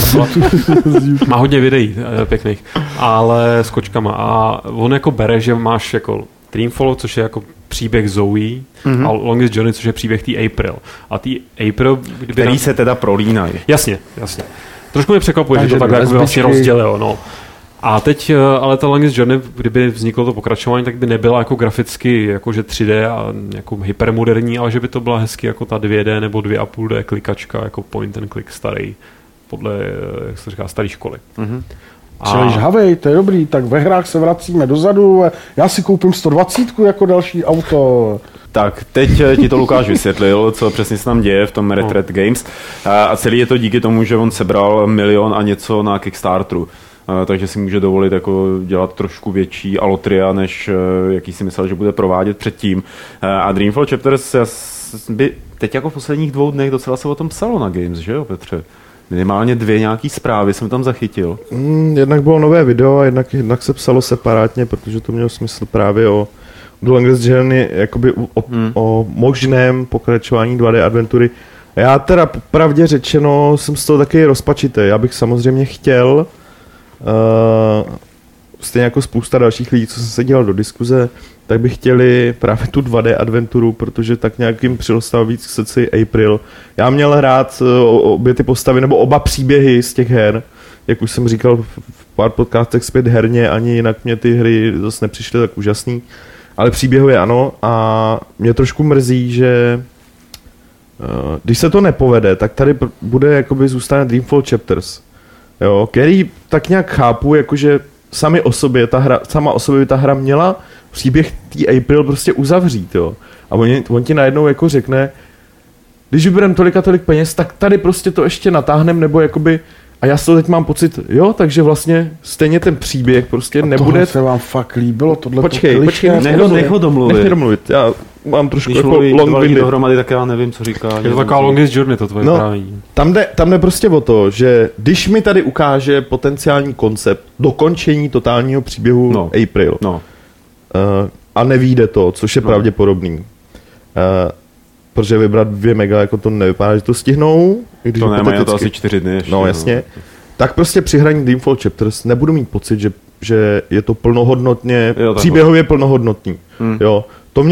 Má hodně videí pěkných, ale s kočkama. A on jako bere, že máš jako Dreamfall, což je jako příběh Zoe, a Longest Journey, což je příběh té April. A té April... Který se teda prolínají. Jasně. Trošku mě překvapuje, že to takhle jako vlastně rozdělilo, no. A teď, ale ta Longest Journey, kdyby vzniklo to pokračování, tak by nebyla jako graficky jakože 3D a jako hypermoderní, ale že by to byla hezky jako ta 2D nebo 2,5D klikačka, jako point and click starý, podle, jak se říká, staré školy. Čili žhavej, to je dobrý, tak ve hrách se vracíme dozadu, já si koupím 120 jako další auto. Tak, teď ti to Lukáš vysvětlil, co přesně se tam děje v tom Red Red Games a celý je to díky tomu, že on sebral 1 milion a něco na Kickstarteru. Takže si může dovolit jako dělat trošku větší alotria, než jaký si myslel, že bude provádět předtím. A Dreamfall Chapters by teď jako v posledních 2 dnech docela se o tom psalo na Games, že jo, Petře? Minimálně 2 nějaký zprávy jsem tam zachytil. Jednak bylo nové video a jednak se psalo separátně, protože to mělo smysl právě o The Longest Journey, jakoby o možném pokračování 2D adventury. Já teda pravdě řečeno jsem z toho taky rozpačitý. Já bych samozřejmě chtěl, stejně jako spousta dalších lidí, co jsem se dělal do diskuze, tak by chtěli právě tu 2D adventuru, protože tak nějak jim přilostal víc k srdci April. Já měl hrát obě ty postavy, nebo oba příběhy z těch her, jak už jsem říkal v pár podcastech zpět herně, ani jinak mě ty hry zase nepřišly tak úžasný, ale příběhově ano a mě trošku mrzí, že když se to nepovede, tak tady bude jakoby zůstane Dreamfall Chapters. jo, který tak nějak chápu, jakože sama o sobě by ta hra měla příběh té April prostě uzavřít, jo. A on ti najednou jako řekne, když vybereme tolik a tolik peněz, tak tady prostě to ještě natáhnem, nebo jakoby, a já z toho teď mám pocit, jo, takže vlastně stejně ten příběh prostě a nebude... Tohle se vám fakt líbilo, tohle Počkej, nech ho domluvit. Nech mě domluvit, já mám trošku když jako long dohromady, tak já nevím, co říká. Je to taková longest journey, to tvoje vyprávění. Tam jde prostě o to, že když mi tady ukáže potenciální koncept dokončení totálního příběhu April a nevíde to, což je pravděpodobný, protože vybrat 2 mega, jako to nevypadá, že to stihnou. Když to nemají to asi 4 dny ještě. No jasně. Tak prostě při hraní Dreamfall Chapters nebudu mít pocit, že je to plnohodnotně, příběhově plnohodnotný. Jo.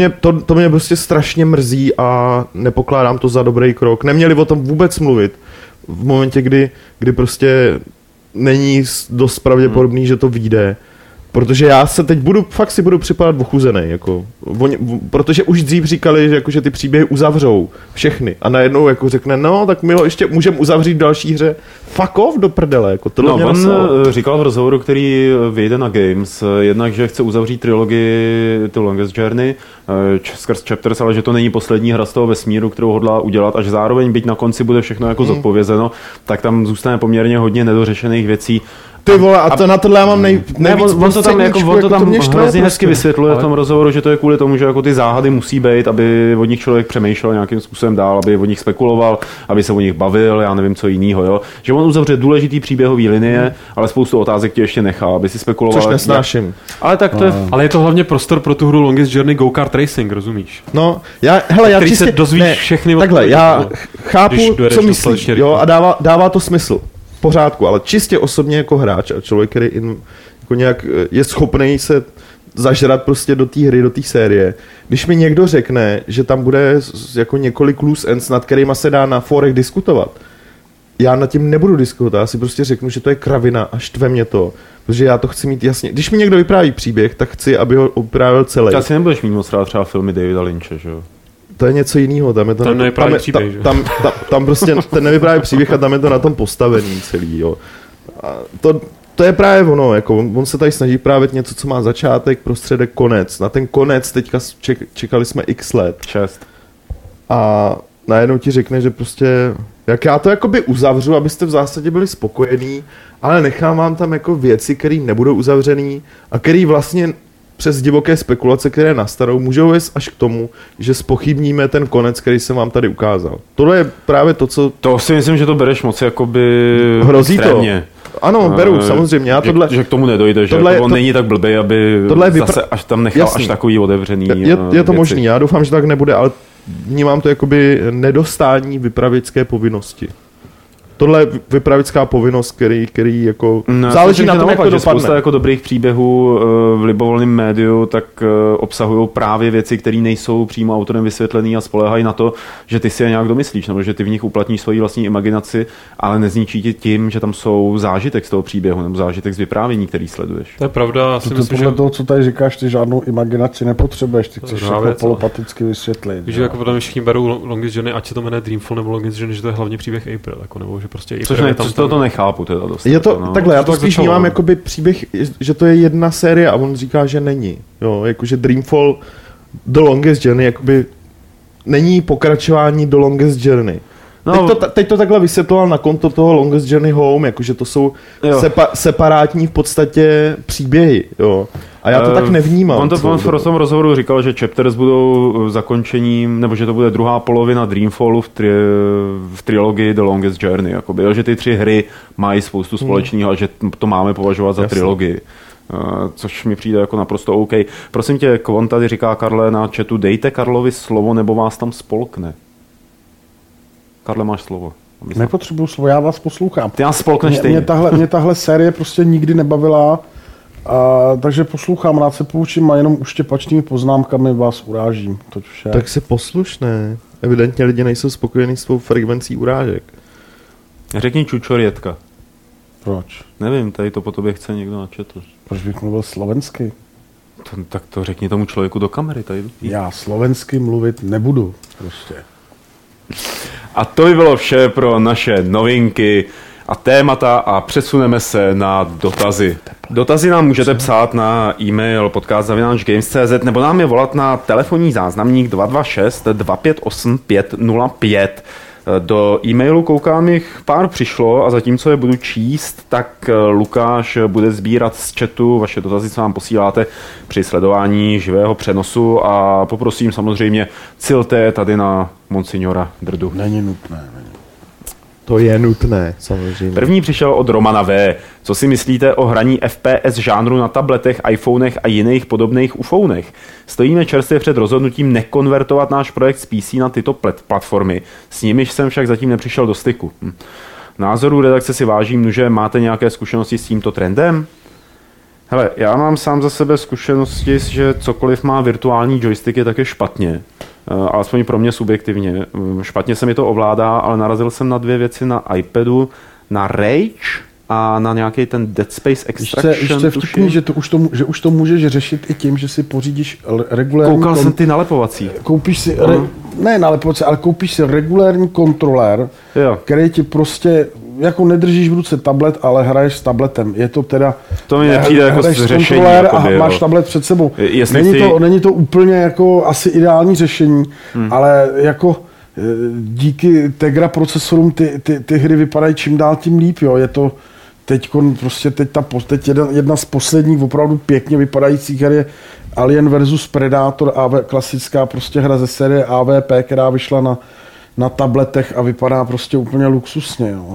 To mě prostě strašně mrzí a nepokládám to za dobrý krok. Neměli o tom vůbec mluvit v momentě, kdy prostě není dost pravděpodobný, že to vyjde. Protože já se teď fakt si budu připadat ochuzený, jako, protože už dřív říkali, že ty příběhy uzavřou všechny a najednou jako řekne, no tak my ho ještě můžeme uzavřít v další hře. Fuck off do prdele, jako tohle on říkal v rozhovoru, který vyjde na Games, jednak, že chce uzavřít trilogii The Longest Journey skrz Chapters, ale že to není poslední hra z toho vesmíru, kterou hodlá udělat a že zároveň, byť na konci bude všechno jako zodpovězeno, tak tam zůstane poměrně hodně nedořešených věcí. Ty vole, a to na tohle já mám on to tam hrozně hezky vysvětluje v tom rozhovoru, že to je kvůli tomu, že jako ty záhady musí být, aby o nich člověk přemýšlel nějakým způsobem dál, aby o nich spekuloval, aby se o nich bavil, já nevím co jiného, jo. Že on uzavře důležitý příběhový linie, ale spoustu otázek ti ještě nechá, aby si spekuloval. Což nesnáším. Ale tak to je... Ale je to hlavně prostor pro tu hru Longest Journey Go-Kart Racing, rozumíš? No, já čistě... se dozvíš všechny... Takhle, já chápu, co myslíš, jo, a dává to smysl. Pořádku, ale čistě osobně jako hráč a člověk, který jako nějak je schopný se zažrat prostě do té hry, do té série. Když mi někdo řekne, že tam bude jako několik loose ends, nad kterýma se dá na fórech diskutovat, já nad tím nebudu diskutovat, já si prostě řeknu, že to je kravina a štve mě to, protože já to chci mít jasně. Když mi někdo vypráví příběh, tak chci, aby ho vyprávěl celý. Ty asi nebudeš mít moc rád třeba filmy Davida Lynche, že jo? To je něco jiného, tam je to... Tam nevypráví příběh, že? Tam prostě ten nevypráví příběh a tam je to na tom postavený celý, jo. A to je právě ono, jako on se tady snaží právě něco, co má začátek, prostředek, konec. Na ten konec teďka čekali jsme x let. 6. A najednou ti řekne, že prostě, jak já to jakoby uzavřu, abyste v zásadě byli spokojení, ale nechám vám tam jako věci, které nebudou uzavřený a které vlastně přes divoké spekulace, které nastanou, můžou vést až k tomu, že zpochybníme ten konec, který jsem vám tady ukázal. Tohle je právě to, co... To si myslím, že to bereš moc jakoby hrozí extrémně. To. Ano, beru, samozřejmě. Já že k tomu nedojde, že jako on není tak blbý, aby zase až tam nechal až takový otevřený je to možný, já doufám, že tak nebude, ale vnímám to jakoby nedostání vypravěcké povinnosti. Tohle je vypravická povinnost, který jako záleží na tom, jak to dopadne. Spousta jako dobrých příběhů v libovolném médiu tak obsahují právě věci, které nejsou přímo autorem vysvětlený a spoléhají na to, že ty si je nějak domyslíš, nebo že ty v nich uplatníš svoji vlastní imaginaci, ale nezničí ti tím, že tam jsou zážitek z toho příběhu nebo zážitek z vyprávění, který sleduješ. To je pravda. Podle toho, co tady říkáš, ty žádnou imaginaci nepotřebuješ, ty chceš všechno polopaticky vysvětlit. Víš, že jako potom všichni berou Longest Journey, ať se to jmenuje Dreamfall nebo Longest Journey, že to je hlavně příběh April, jako, nebo že prostě to nechápu teda dost. Je to, takhle, já to spíš vnímám jakoby příběh, že to je jedna série a on říká, že není. Jo, jakože Dreamfall The Longest Journey jakoby není pokračování The Longest Journey. No, teď to takhle vysvětloval na konto toho Longest Journey Home, jakože to jsou separátní v podstatě příběhy, jo. A já to tak nevnímám. On v tom rozhovoru říkal, že Chapters budou zakončením, nebo že to bude druhá polovina Dreamfallu v trilogii The Longest Journey, jakoby, že ty 3 hry mají spoustu společného a že to máme považovat za trilogii. Což mi přijde jako naprosto OK. Prosím tě, Kvon tady říká Karle na chatu, dejte Karlovi slovo, nebo vás tam spolkne. Karle, máš slovo. Nepotřebuju slovo, já vás poslouchám. Ty nás spolkneš stejně. Mě tahle série prostě nikdy nebavila, takže poslouchám, rád se poučím a jenom uštěpačnými poznámkami vás urážím. Tak se poslušné. Evidentně lidi nejsou spokojení s tvou frekvencí urážek. Řekni čučorětka. Proč? Nevím, tady to po tobě chce někdo na chatu. Proč bych mluvil slovensky? Tak to řekni tomu člověku do kamery. Tady. Já slovensky mluvit nebudu prostě. A to by bylo vše pro naše novinky. a témata a přesuneme se na dotazy. Dotazy nám můžete psát na e-mail podcast@games.cz nebo nám je volat na telefonní záznamník 226 258 505. Do e-mailu koukám, jich pár přišlo a zatímco je budu číst, tak Lukáš bude sbírat z chatu vaše dotazy, co vám posíláte při sledování živého přenosu a poprosím samozřejmě cilte tady na monsignora Drdu. Není nutné. To je nutné, samozřejmě. První přišel od Romana V. Co si myslíte o hraní FPS žánru na tabletech, iPhonech a jiných podobných ufonech? Stojíme čerstvě před rozhodnutím nekonvertovat náš projekt z PC na tyto platformy. S nimiž jsem však zatím nepřišel do styku. Názoru redakce si vážím, že máte nějaké zkušenosti s tímto trendem? Hele, já mám sám za sebe zkušenosti, že cokoliv má virtuální joysticky, tak je špatně. Alespoň pro mě subjektivně. Špatně se mi to ovládá, ale narazil jsem na dvě věci na iPadu, na Rage a na nějaký ten Dead Space Extraction. Ještě vtipný, že už to můžeš řešit i tím, že si pořídíš regulární... Koukal jsem ty nalepovací. Koupíš si, ne nalepovací, ale koupíš si regulární kontrolér, který ti prostě, jako nedržíš v ruce tablet, ale hraješ s tabletem. Je to teda... To mi nepřijde jako řešení. A máš tablet před sebou. Není to úplně jako asi ideální řešení, ale jako díky Tegra procesorům ty hry vypadají čím dál tím líp. Jo. Je to teď jedna z posledních opravdu pěkně vypadajících her je Alien vs Predator, klasická prostě hra ze série AVP, která vyšla na tabletech a vypadá prostě úplně luxusně. Jo.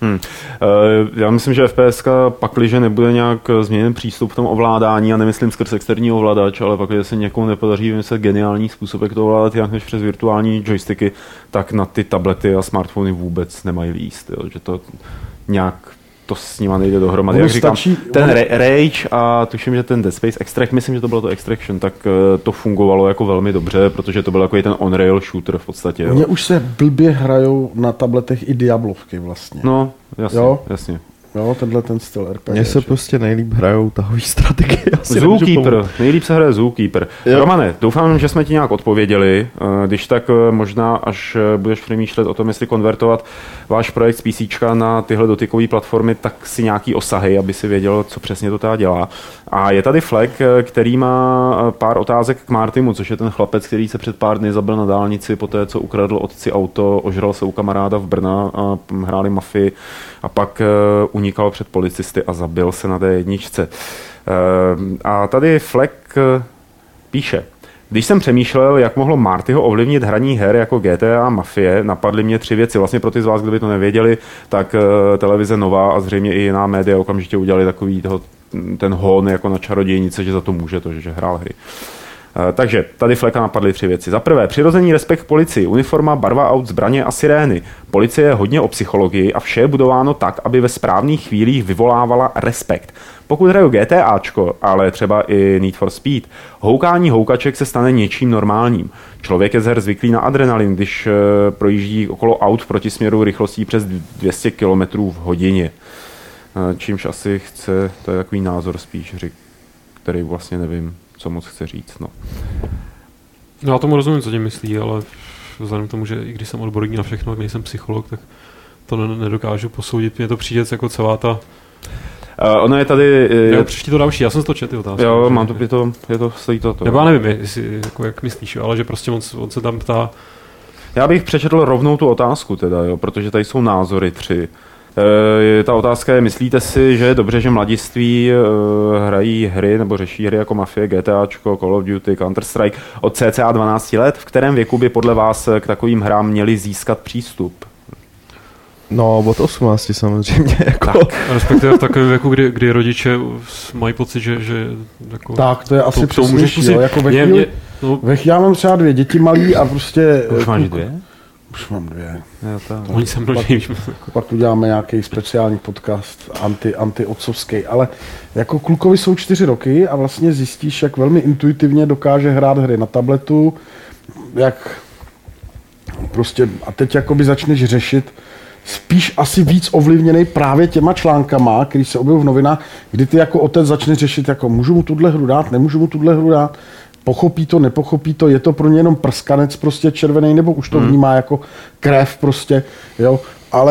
Já myslím, že FPSka pakliže nebude nějak změněn přístup v tom ovládání, a nemyslím skrz externí ovladač, ale pakliže se někomu nepodaří vymyslet geniální způsob, jak to ovládat jinak než přes virtuální joysticky, tak na ty tablety a smartfony vůbec nemají líst. Jo. Že to nějak to s nima nejde dohromady. Jak říkám, ten Rage a tuším, že ten Dead Space Extract, myslím, že to bylo to Extraction, tak to fungovalo jako velmi dobře, protože to byl jako ten on-rail shooter v podstatě. Mně už se blbě hrajou na tabletech i Diablovky vlastně. No, jasně. Jo, tenhle ten styl RPG. Mně se prostě nejlíp hrajou tahový strategie. Zookeeper, nejlíp se hraje Zookeeper. Romane, doufám, že jsme ti nějak odpověděli. Když tak možná, až budeš přemýšlet o tom, jestli konvertovat váš projekt z PCčka na tyhle dotykové platformy, tak si nějaký osahy, aby si věděl, co přesně to teda dělá. A je tady Fleck, který má pár otázek k Martimu, což je ten chlapec, který se před pár dny zabil na dálnici po té, co ukradl otci auto, ožral se u kamaráda v Brna a hráli mafii a pak unikal před policisty a zabil se na té jedničce. A tady Fleck píše: Když jsem přemýšlel, jak mohlo Martyho ovlivnit hraní her jako GTA a Mafie, napadly mě 3 věci. Vlastně pro ty z vás, kdo by to nevěděli, tak televize Nova a zřejmě i jiná média okamžitě udělali takový ten hon jako na čarodějnice, že za to může to, že hrál hry. Takže tady Fleka napadly 3 věci. Za prvé, přirozený respekt k policii, uniforma, barva aut, zbraně a sirény. Policie je hodně o psychologii a vše je budováno tak, aby ve správných chvílích vyvolávala respekt. Pokud hraju GTAčko, ale třeba i Need for Speed, houkání houkaček se stane něčím normálním. Člověk je z her zvyklý na adrenalin, když projíždí okolo aut v protisměru rychlostí přes 200 km v hodině. Čímž asi chce, to je takový názor spíš, který vlastně nevím, co moc chce říct. No. Já tomu rozumím, co tím myslí, ale vzhledem k tomu, že i když jsem odborník na všechno, tak nejsem psycholog, tak to nedokážu posoudit. Mně to přijde jako celá ta... Ono je tady... Příště to další, já jsem si to četl, ty otázky. Jo, mám to, stojí to. Nebo já nevím, jestli, jako jak myslíš, ale že prostě on se tam ptá... Já bych přečetl rovnou tu otázku teda, jo, protože tady jsou názory 3. Ta otázka je, myslíte si, že je dobře, že mladiství hrají hry nebo řeší hry jako Mafie, GTAčko, Call of Duty, Counter-Strike od cca 12 let? V kterém věku by podle vás k takovým hrám měli získat přístup? No, od 18 samozřejmě. Jako. Tak. Respektive v takovém věku, kdy rodiče mají pocit, že jako... Tak, to je asi přesnější, jako ve chvíli... Já mám třeba 2 děti malý a prostě... Už máš 2? Už mám 2. Oni se množí. Pak uděláme nějaký speciální podcast anti-otcovský, ale jako klukovi jsou 4 roky a vlastně zjistíš, jak velmi intuitivně dokáže hrát hry na tabletu, jak prostě a teď jakoby začneš řešit spíš asi víc ovlivněný právě těma článkama, který se objevují v novinách, kdy ty jako otec začneš řešit, jako můžu mu tuhle hru dát, nemůžu mu tuhle hru dát, pochopí to, nepochopí to, je to pro ně jenom prskanec prostě červený, nebo už to vnímá jako krev prostě, jo, ale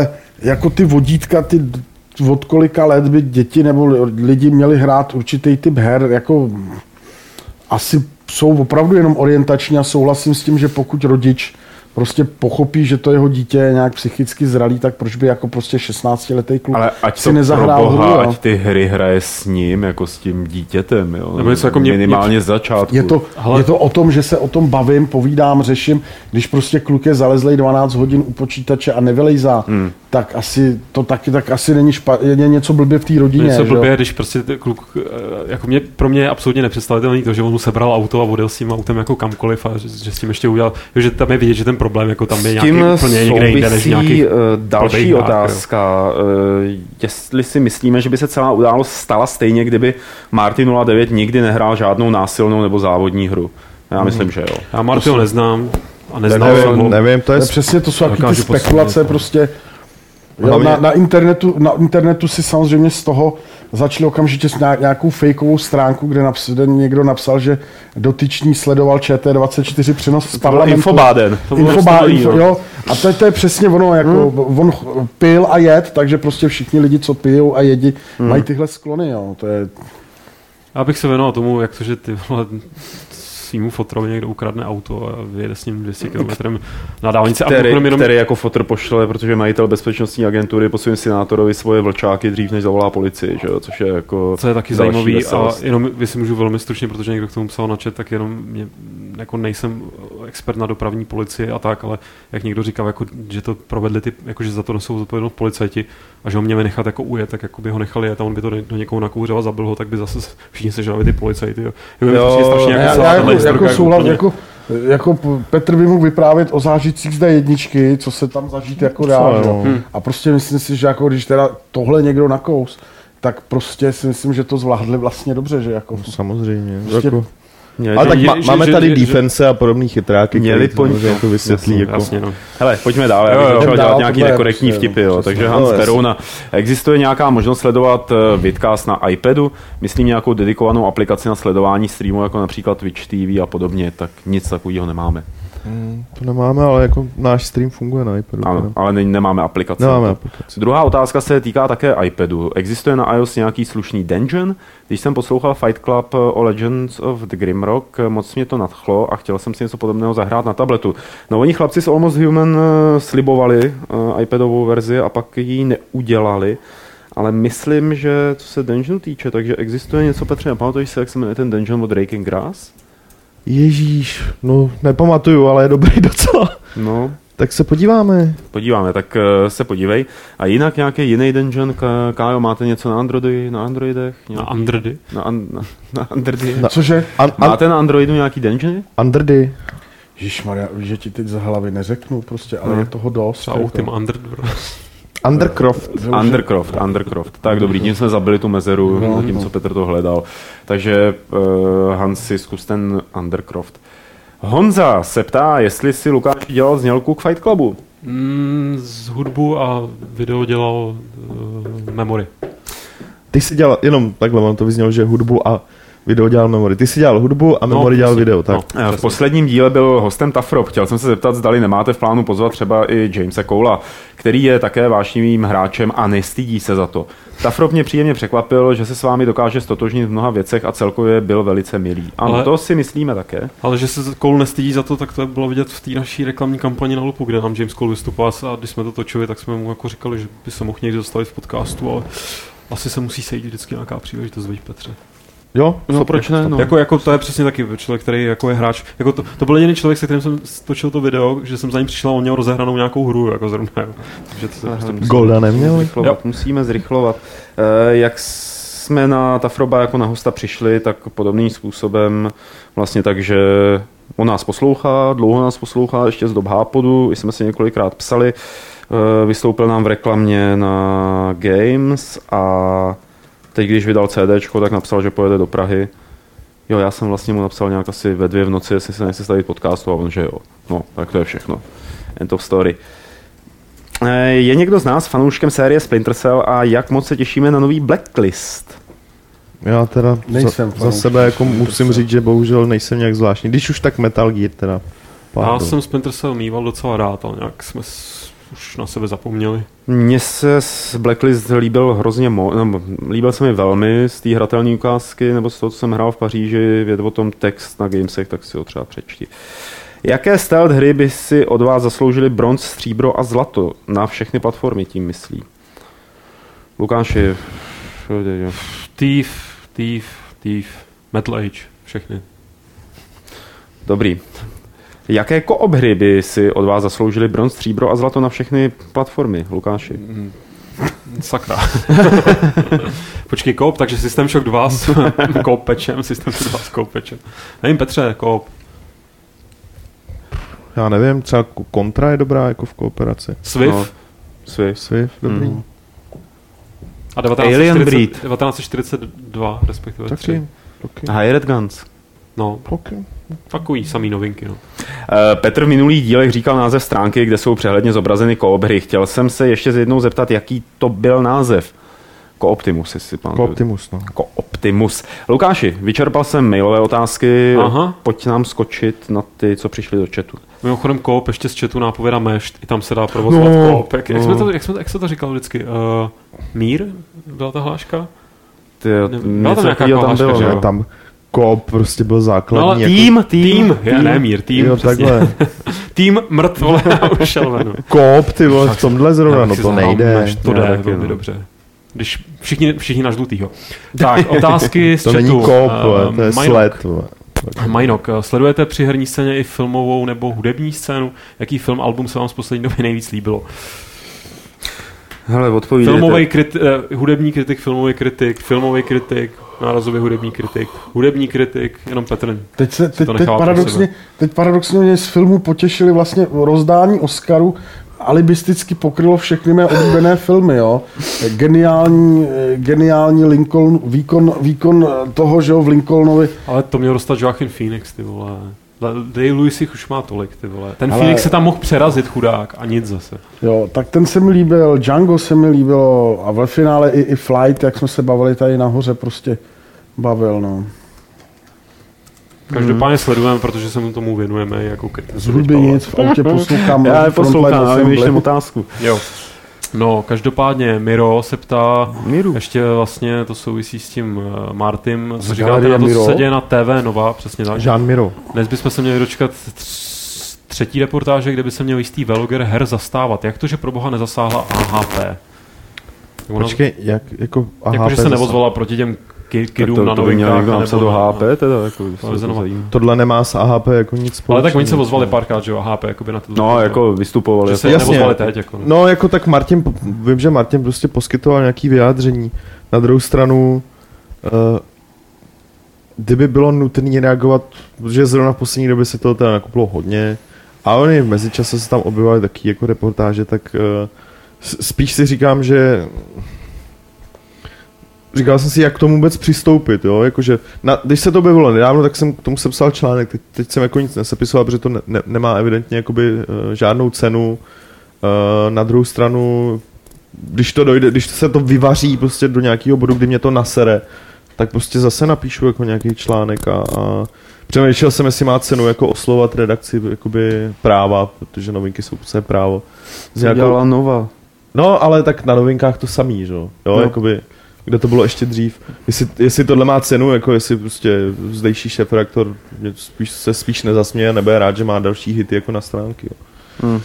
jako ty vodítka, ty od kolika let by děti nebo lidi měli hrát určitý typ her, jako asi jsou opravdu jenom orientační a souhlasím s tím, že pokud rodič prostě pochopí, že to jeho dítě je nějak psychicky zralý, tak proč by jako prostě 16letý kluk si nezahrál hru. Ať ty hry hraje s ním, jako s tím dítětem, jo. Nebo něco jako minimálně z začátku. Je to o tom, že se o tom bavím, povídám, řeším, když prostě kluk je zalezlej 12 hodin u počítače a nevylejzá, tak asi to taky tak asi není je něco blbě v té rodině. Něco blbě, když prostě kluk, jako pro mě je absolutně nepředstavitelný to, že on mu sebral auto a odjel s tím autem jako kamkoliv a že s tím ještě udělal, že tam je vidět, že ten problém jako tam je nějaký úplně někde jinde než nějaký další otázka. Jestli si myslíme, že by se celá událost stala stejně, kdyby Marty 09 nikdy nehrál žádnou násilnou nebo závodní hru. Já myslím, že jo. Já Martyho neznám a nevím, to je přesně, to jsou ty spekulace prostě. Jo, na internetu si samozřejmě z toho začali okamžitě nějakou fejkovou stránku, kde někdo napsal, že dotyčný sledoval ČT24 přenos z parlamentu. Infobáden. Jo, a to je přesně ono, jako on pil a jed, takže prostě všichni lidi, co pijou a jedí, mají tyhle sklony. Jo. To je... Já bych se věnoval tomu, jak to, že ty svýmu fotrovi někdo ukradne auto a vyjede s ním 200 km na dálnici. Který jako fotr pošle, protože majitel bezpečnostní agentury po svým senátorovi svoje vlčáky dřív, než zavolá policii, že jo? Což je jako... Co je taky zajímavý a jenom si můžu velmi stručně, protože někdo k tomu psal na chat, tak jenom jako nejsem expert na dopravní policii a tak, ale jak někdo říkal, jako, že to provedli jako, že za to nesou zodpovědnost policajti a že ho měli nechat jako ujet, tak jako by ho nechali jet a on by to do někoho nakouřil a zabil ho, tak by zase všichni sežrali ty policajti. Jako Petr by mohl vyprávět o zážitcích z D1, co se tam zažít jako dá. A prostě myslím si, že jako když teda tohle někdo nakous, tak prostě si myslím, že to zvládli vlastně dobře, že jako... Samozřejmě. Prostě, ale tak máme tady defense a podobný chytráky, měli to vysvětlí. Jako. Jasně, no. Hele, pojďme dál, já bych začal dělat nějaký nekorektní vtipy. Jo. Takže Hans Peruna, existuje nějaká možnost sledovat vidcast na iPadu? Myslím nějakou dedikovanou aplikaci na sledování streamu, jako například Twitch TV a podobně, tak nic takového nemáme. To nemáme, ale jako náš stream funguje na iPadu. Ano, ale nemáme aplikaci. Druhá otázka se týká také iPadu. Existuje na iOS nějaký slušný dungeon? Když jsem poslouchal Fight Club o Legends of the Grimrock, moc mě to nadchlo a chtěl jsem si něco podobného zahrát na tabletu. No oni chlapci z Almost Human slibovali iPadovou verzi a pak ji neudělali. Ale myslím, že co se dungeonu týče, takže existuje něco, Petře, nepamatuješ se, jak se jmenuje ten dungeon od Raking Grass? Ježíš, no nepamatuju, ale je dobrý docela. No. Tak se podíváme. Tak se podívej. A jinak nějaký jiný dungeon, Kájo, máte něco na Androidech? Na Androidy? Na Androidy. Cože? Máte na Androidu nějaký dungeony? Androidy. Ježišmarja, že ti teď za hlavy neřeknu prostě, ale je toho dost. Třeba Ultima Undercroft. Tak dobrý, tím jsme zabili tu mezeru, zatímco Petr to hledal. Takže Hansi, zkus ten Undercroft. Honza se ptá, jestli si Lukáš dělal znělku k Fight Clubu. Z hudbu a video dělal Memory. Ty jsi dělal, jenom takhle mám to vyznělo, že hudbu a video dělal Memory. Ty jsi dělal hudbu a Memory dělal video, tak? V posledním díle byl hostem Tafrop. Chtěl jsem se zeptat, zdali nemáte v plánu pozvat třeba i Jamesa Cola, který je také vášnivým hráčem a nestydí se za to. Tafrop mě příjemně překvapil, že se s vámi dokáže stotožnit v mnoha věcech a celkově byl velice milý. Ano, to si myslíme také. Ale že se Cole nestydí za to, tak to bylo vidět v té naší reklamní kampani na Lupu, kde nám James Cole vystupoval a když jsme to točili, tak jsme mu jako říkali, že by se mohl někdy zastavit v podcastu, ale asi se musí sejít vždycky nějaká příležitost, veď Petře. Jo, no, proč ne? No. Jako to je přesně taky člověk, který jako je hráč. Jako to byl jediný člověk, se kterým jsem točil to video, že jsem za ním přišel a on měl rozehranou nějakou hru, jako zrovna. Takže to se prostě Golda neměl. Musíme zrychlovat. Jak jsme na Tafroba jako na hosta přišli, tak podobným způsobem vlastně tak, že on nás poslouchá, dlouho nás poslouchá, ještě z dob Hápodu, jsme si několikrát psali, vystoupil nám v reklamě na Games a teď, když vydal CDčko, tak napsal, že pojede do Prahy. Jo, já jsem vlastně mu napsal nějak asi ve 2 v noci, jestli se nechce stavit podcastu a on, že jo. No, tak to je všechno. End of story. Je někdo z nás fanouškem série Splinter Cell a jak moc se těšíme na nový Blacklist? Já teda za sebe jako musím říct, že bohužel nejsem nějak zvláštní. Když už tak Metal Gear teda. Já jsem Splinter Cell mýval docela rád, ale nějak jsme už na sebe zapomněli. Mně se z Blacklist líbil hrozně líbil se mi velmi z té hratelné ukázky, nebo z toho, co jsem hrál v Paříži, je o tom text na Gamesech, tak si ho třeba přečti. Jaké stealth hry by si od vás zasloužili bronz, stříbro a zlato na všechny platformy, tím myslí? Lukáši. Thief, Metal Age, všechny. Dobrý. Jaké co-op hry by si od vás zasloužili bronz, stříbro a zlato na všechny platformy, Lukáši? Sakra. Počkej, co-op, takže System Shock 2 s co-op patchem, System Shock 2 s co-op patchem. Nevím, Petře, co-op. Já nevím, třeba Contra je dobrá jako v kooperaci. Swift? No, Swift, dobrý. A 1942, respektive taky. 3. Okay. Hired Guns. No, Okay. takový samý novinky, no. Petr v minulých dílech říkal název stránky, kde jsou přehledně zobrazeny co-op hry. Chtěl jsem se ještě jednou zeptat, jaký to byl název. Co-Optimus, jestli pán. Co-Optimus, no. Co-Optimus. Lukáši, vyčerpal jsem mailové otázky, pojď nám skočit na ty, co přišli do chatu. Mimochodem co-op, ještě z chatu nápověda Mešt, i tam se dá provozovat co-op. Jak se to říkal vždycky? Mír? Byla ta hláška? Byla tam nějaká hláška, že jo? Tam co-op prostě byl základní. No, ale tým. Ne, mír, tým. Jo, takhle. Tým mrtvole a už šel ven. Co-op, ty vole, v tomhle zrovna, no to nejde. To jde, velmi dobře. Když všichni na žlutýho. Tak, otázky z chatu. To není co-op, to je sled. Majnok, sledujete při herní scéně i filmovou nebo hudební scénu? Jaký film, album se vám z poslední doby nejvíc líbilo? Hele, odpovídejte. Hudební kritik, filmový kritik, nárazově hudební kritik, jenom Petr. Teď paradoxně mě z filmu potěšili vlastně rozdání Oscaru, alibisticky pokrylo všechny mé oblíbené filmy, jo. Geniální Lincoln, výkon toho, že jo, v Lincolnovi. Ale to měl dostat Joaquin Phoenix, ty vole. Day-Lewis jich už má tolik, ty vole. Ten Phoenix se tam mohl přerazit, chudák, a nic zase. Jo, tak ten se mi líbil, Django se mi líbilo a ve finále i Flight, jak jsme se bavili tady nahoře, prostě bavil, no. Každopádně sledujeme, protože se mu tomu věnujeme jako kritici. Z hudby nic, v autě poslouchám. Já poslouchám, ale vymýšlím otázku. Jo. No, každopádně Miro se ptá, ještě vlastně to souvisí s tím Martym, co říkáte na to, co se děje na TV Nova, přesně tak. Jean Miro. Dnes bychom se měli dočkat třetí reportáže, kde by se měl jistý vloger her zastávat. Jak to, že pro boha nezasáhla AHP? Počkej, jako AHP jakože se neozvala proti těm kidům na novinkách. Do HP, teda, jako, tohle nemá s AHP jako nic společného. Ale tak oni se ozvali párkrát, že jo, AHP jakoby na to. No, jako vystupovali. Že se neozvali teď. Jako. No, jako tak vím, že Martin prostě poskytoval nějaký vyjádření. Na druhou stranu, kdyby bylo nutné reagovat, protože zrovna v poslední době se toho teda nakupilo hodně, a oni v mezičase se tam objevovaly taky jako reportáže, tak spíš si říkám, že říkal jsem si, jak k tomu vůbec přistoupit, jo, jakože, když se to objevilo nedávno, tak jsem k tomu sepsal článek, teď jsem jako nic nesepisoval, protože to nemá evidentně jakoby žádnou cenu, na druhou stranu, když se to vyvaří prostě do nějakého bodu, kdy mě to nasere, tak prostě zase napíšu jako nějaký článek a přemýšlel jsem, jestli má cenu jako oslovat redakci jakoby práva, protože novinky jsou prostě právo. Dělala Nova. No, ale tak na novinkách to samý, že jo, no. Jakoby, kde to bylo ještě dřív. Jestli tohle má cenu, jako jestli prostě zdejší šéfredaktor se spíš nezasměje, nebude rád, že má další hity jako na stránky. Jo.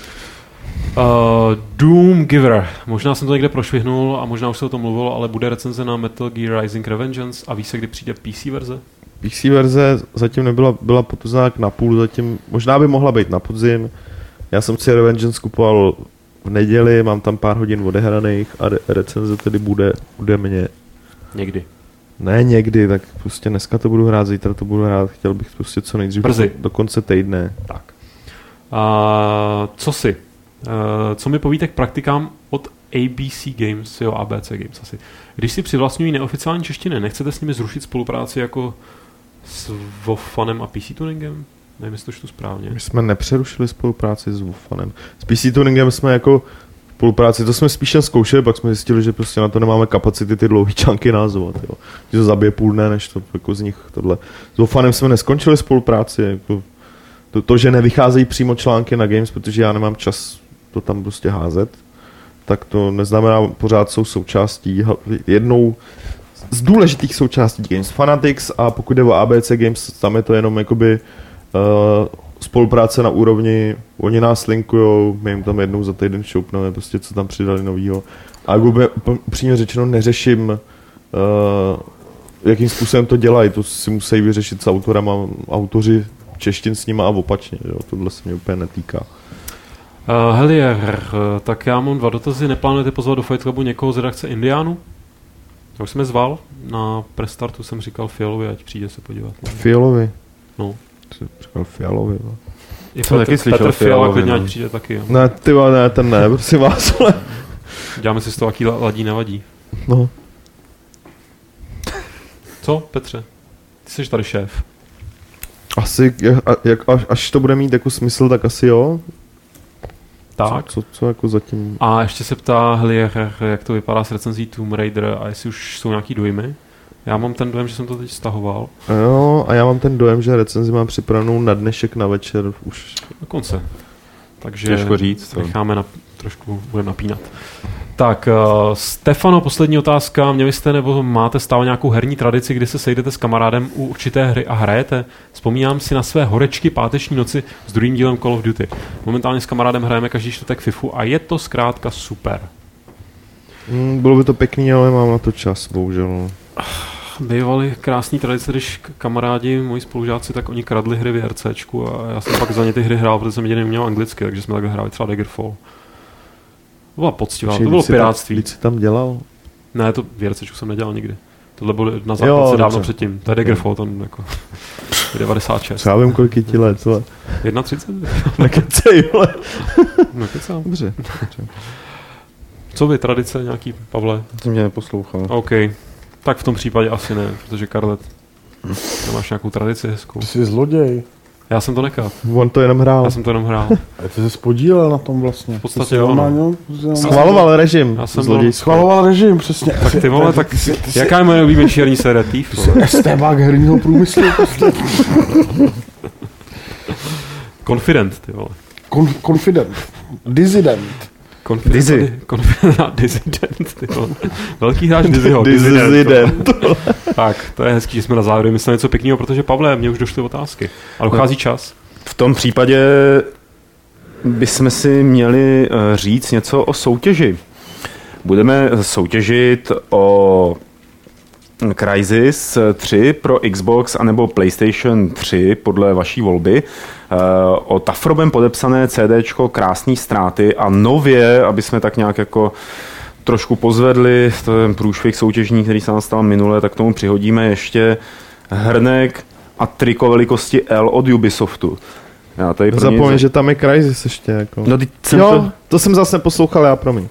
Doom Giver. Možná jsem to někde prošvihnul a možná už se o tom mluvilo, ale bude recenze na Metal Gear Rising Revengeance a ví se, kdy přijde PC verze? PC verze zatím byla potuzná na půl, zatím možná by mohla být na podzim. Já jsem si Revengeance kupoval v neděli, mám tam pár hodin odehraných a recenze tedy bude mě. Někdy. Ne někdy, tak prostě dneska to budu hrát, zítra to budu hrát, chtěl bych prostě co nejdřív do konce týdne. Tak. Co mi povíte k praktikám od ABC Games, jo, ABC Games asi. Když si přivlastňují neoficiální češtiny, nechcete s nimi zrušit spolupráci jako s Wofanem a PC Tuningem? Nevím, jestli to čtu správně. My jsme nepřerušili spolupráci s Wofanem. S PC Tuningem jsme jako spolupráci, to jsme spíš zkoušeli, pak jsme zjistili, že prostě na to nemáme kapacity ty dlouhý články názovat. Jo. Že to zabije půl dne, než to jako z nich tohle. S Wofanem jsme neskončili spolupráci. Jako to, že nevycházejí přímo články na Games, protože já nemám čas to tam prostě házet, tak to neznamená, pořád jsou součástí, jednou z důležitých součástí Games Fanatics, a pokud jde o ABC Games, tam je to jenom jakoby spolupráce na úrovni, oni nás linkujou, my jim tam jednou za týden šoupneme, prostě co tam přidali novýho. A upřímně řečeno neřeším, jakým způsobem to dělají, to si musí vyřešit s autorama, autoři češtin s nima a opačně, jo? Tohle se mě úplně netýká. Helier, tak já mám 2 dotazy. Neplánujete pozvat do Fight Clubu někoho z redakce Indiánu? Já už jsem je zval. Na prestartu jsem říkal Fialovi, ať přijde se podívat. Fialovi? No. Jsem říkal Fialovi, no. To taky slyšel Petr Fiala, klidně ať přijde taky. Jo. Ne, ne, ten ne, prosím vás, ale... Děláme si z toho, jaký ladí, nevadí. No. Co, Petře? Ty jsi tady šéf. Asi, až to bude mít jako smysl, tak asi jo. Tak. Co jako zatím... A ještě se ptá Helier, jak to vypadá s recenzí Tomb Raider a jestli už jsou nějaký dojmy. Já mám ten dojem, že jsem to teď stahoval. Jo, a já mám ten dojem, že recenzi mám připravenou na dnešek, na večer už. Dokonce. Takže těžko říct, necháme trošku, budeme napínat. Tak, Stefano, poslední otázka. Měli jste nebo máte stále nějakou herní tradici, kdy se sejdete s kamarádem u určité hry a hrajete? Vzpomínám si na své horečky páteční noci s druhým dílem Call of Duty. Momentálně s kamarádem hrajeme každý čtvrtek FIFU a je to zkrátka super. Bylo by to pěkný, ale mám na to čas, bohužel. Bývaly krásný tradice, když kamarádi, moji spolužáci, tak oni kradli hry v RCčku a já jsem pak za ně ty hry hrál, protože jsem jediný neměl anglicky, takže jsme takhle hráli třeba Daggerfall. To byla poctivá, to bylo piráctví. Víc jsi tam dělal? Ne, to v RCčku jsem nedělal nikdy. Tohle bylo na základce dávno předtím. To je Daggerfall, tam jako 96. Já vím, kolik je ti let, co? 31? Nekecej, vole. Nekecám. Dobře. Co vy, tradice nějaký, Pavle? Ty mě neposlouchal. OK. Tak v tom případě asi ne, protože Karlet, máš nějakou tradici hezkou. Ty jsi zloděj. Já jsem to nekal. On to jenom hrál. Já jsem to jenom hrál. A ty jsi podílel na tom vlastně. V podstatě jo. Schvaloval režim. Já jsem zloděj. Schvaloval režim, přesně. Tak ty vole, tak jaká je moje oblíbenější herní série? Thief? Estébák herního průmyslu. Confident, ty vole. Confident. Dissident. Dissident, ty vole. Velký hráč Dizzyho. Dissident. Tak, to je hezký, že jsme na závěr mysleli něco pěkného, protože Pavle, mně už došly otázky. Ale dochází čas. V tom případě bychom si měli říct něco o soutěži. Budeme soutěžit o Crysis 3 pro Xbox anebo PlayStation 3 podle vaší volby. O Tafrobem podepsané CDčko Krásný ztráty a nově, aby jsme tak nějak jako trošku pozvedli ten průšvih soutěžní, který se nastal minule, tak k tomu přihodíme ještě hrnek a triko velikosti L od Ubisoftu. Zapomeň, že tam je Crysis ještě. Jako. No, to jsem zase poslouchal, já promiň.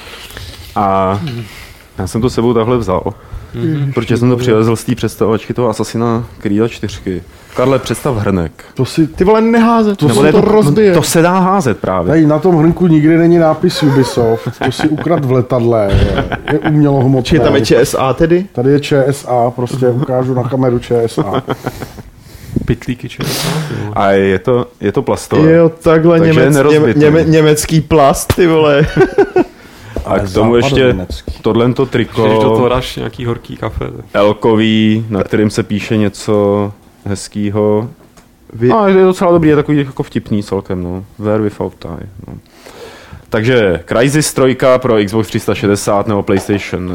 A já jsem to sebou takhle vzal. Protože jsem to přivezl z té představovačky toho Assassina Creed 4. Karle, představ hrnek. To si, ty vole, neházet, to rozbije. To se dá házet právě. Tady na tom hrnku nikdy není nápis Ubisoft, to si ukrad v letadle, je umělohmotné. Či tam je ČSA tedy? Tady je ČSA, prostě ukážu na kameru ČSA. Pitlíky ČSA. A je to plastové. Jo, takhle německý plast, ty vole. A k tomu ještě tohleto triko. Když do toho dáš nějaký horký kafe. Elkový, na kterým se píše něco hezkýho. A je docela dobrý, je takový jako vtipný celkem, no. Where without tie, no. Takže Crysis 3 pro Xbox 360 nebo PlayStation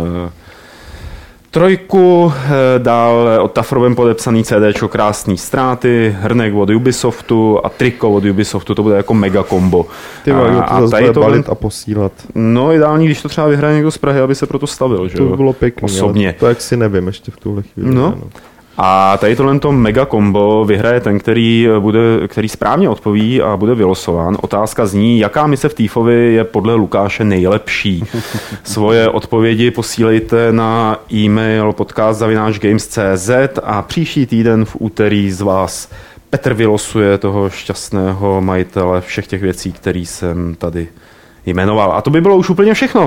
3, dál od Tafrobem podepsaný CDčko Krásný ztráty, hrnek od Ubisoftu a triko od Ubisoftu, to bude jako mega kombo. Ty to zase bude balit a posílat. No ideální, když to třeba vyhraje někdo z Prahy, aby se proto stavil, že jo? To by bylo pěkný, osobně. To jak si nevím ještě v tuhle chvíli. No. A tady tohleto mega kombo vyhraje ten, který správně odpoví a bude vylosován. Otázka zní, jaká mise v Thiefovi je podle Lukáše nejlepší. Svoje odpovědi posílejte na e-mail podcast@games.cz a příští týden v úterý z vás Petr vylosuje toho šťastného majitele všech těch věcí, který jsem tady jmenoval. A to by bylo už úplně všechno.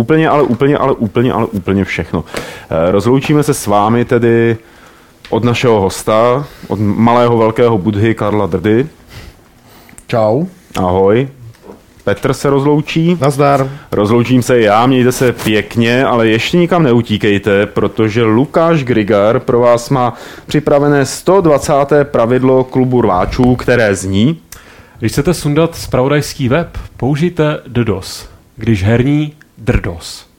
Úplně všechno. Rozloučíme se s vámi tedy od našeho hosta, od malého velkého budhy Karla Drdy. Čau. Ahoj. Petr se rozloučí. Nazdar. Rozloučím se já, mějte se pěkně, ale ještě nikam neutíkejte, protože Lukáš Grigar pro vás má připravené 120. pravidlo klubu rváčů, které zní: Když chcete sundat zpravodajský web, použijte DDoS. Když herní, DRDOS.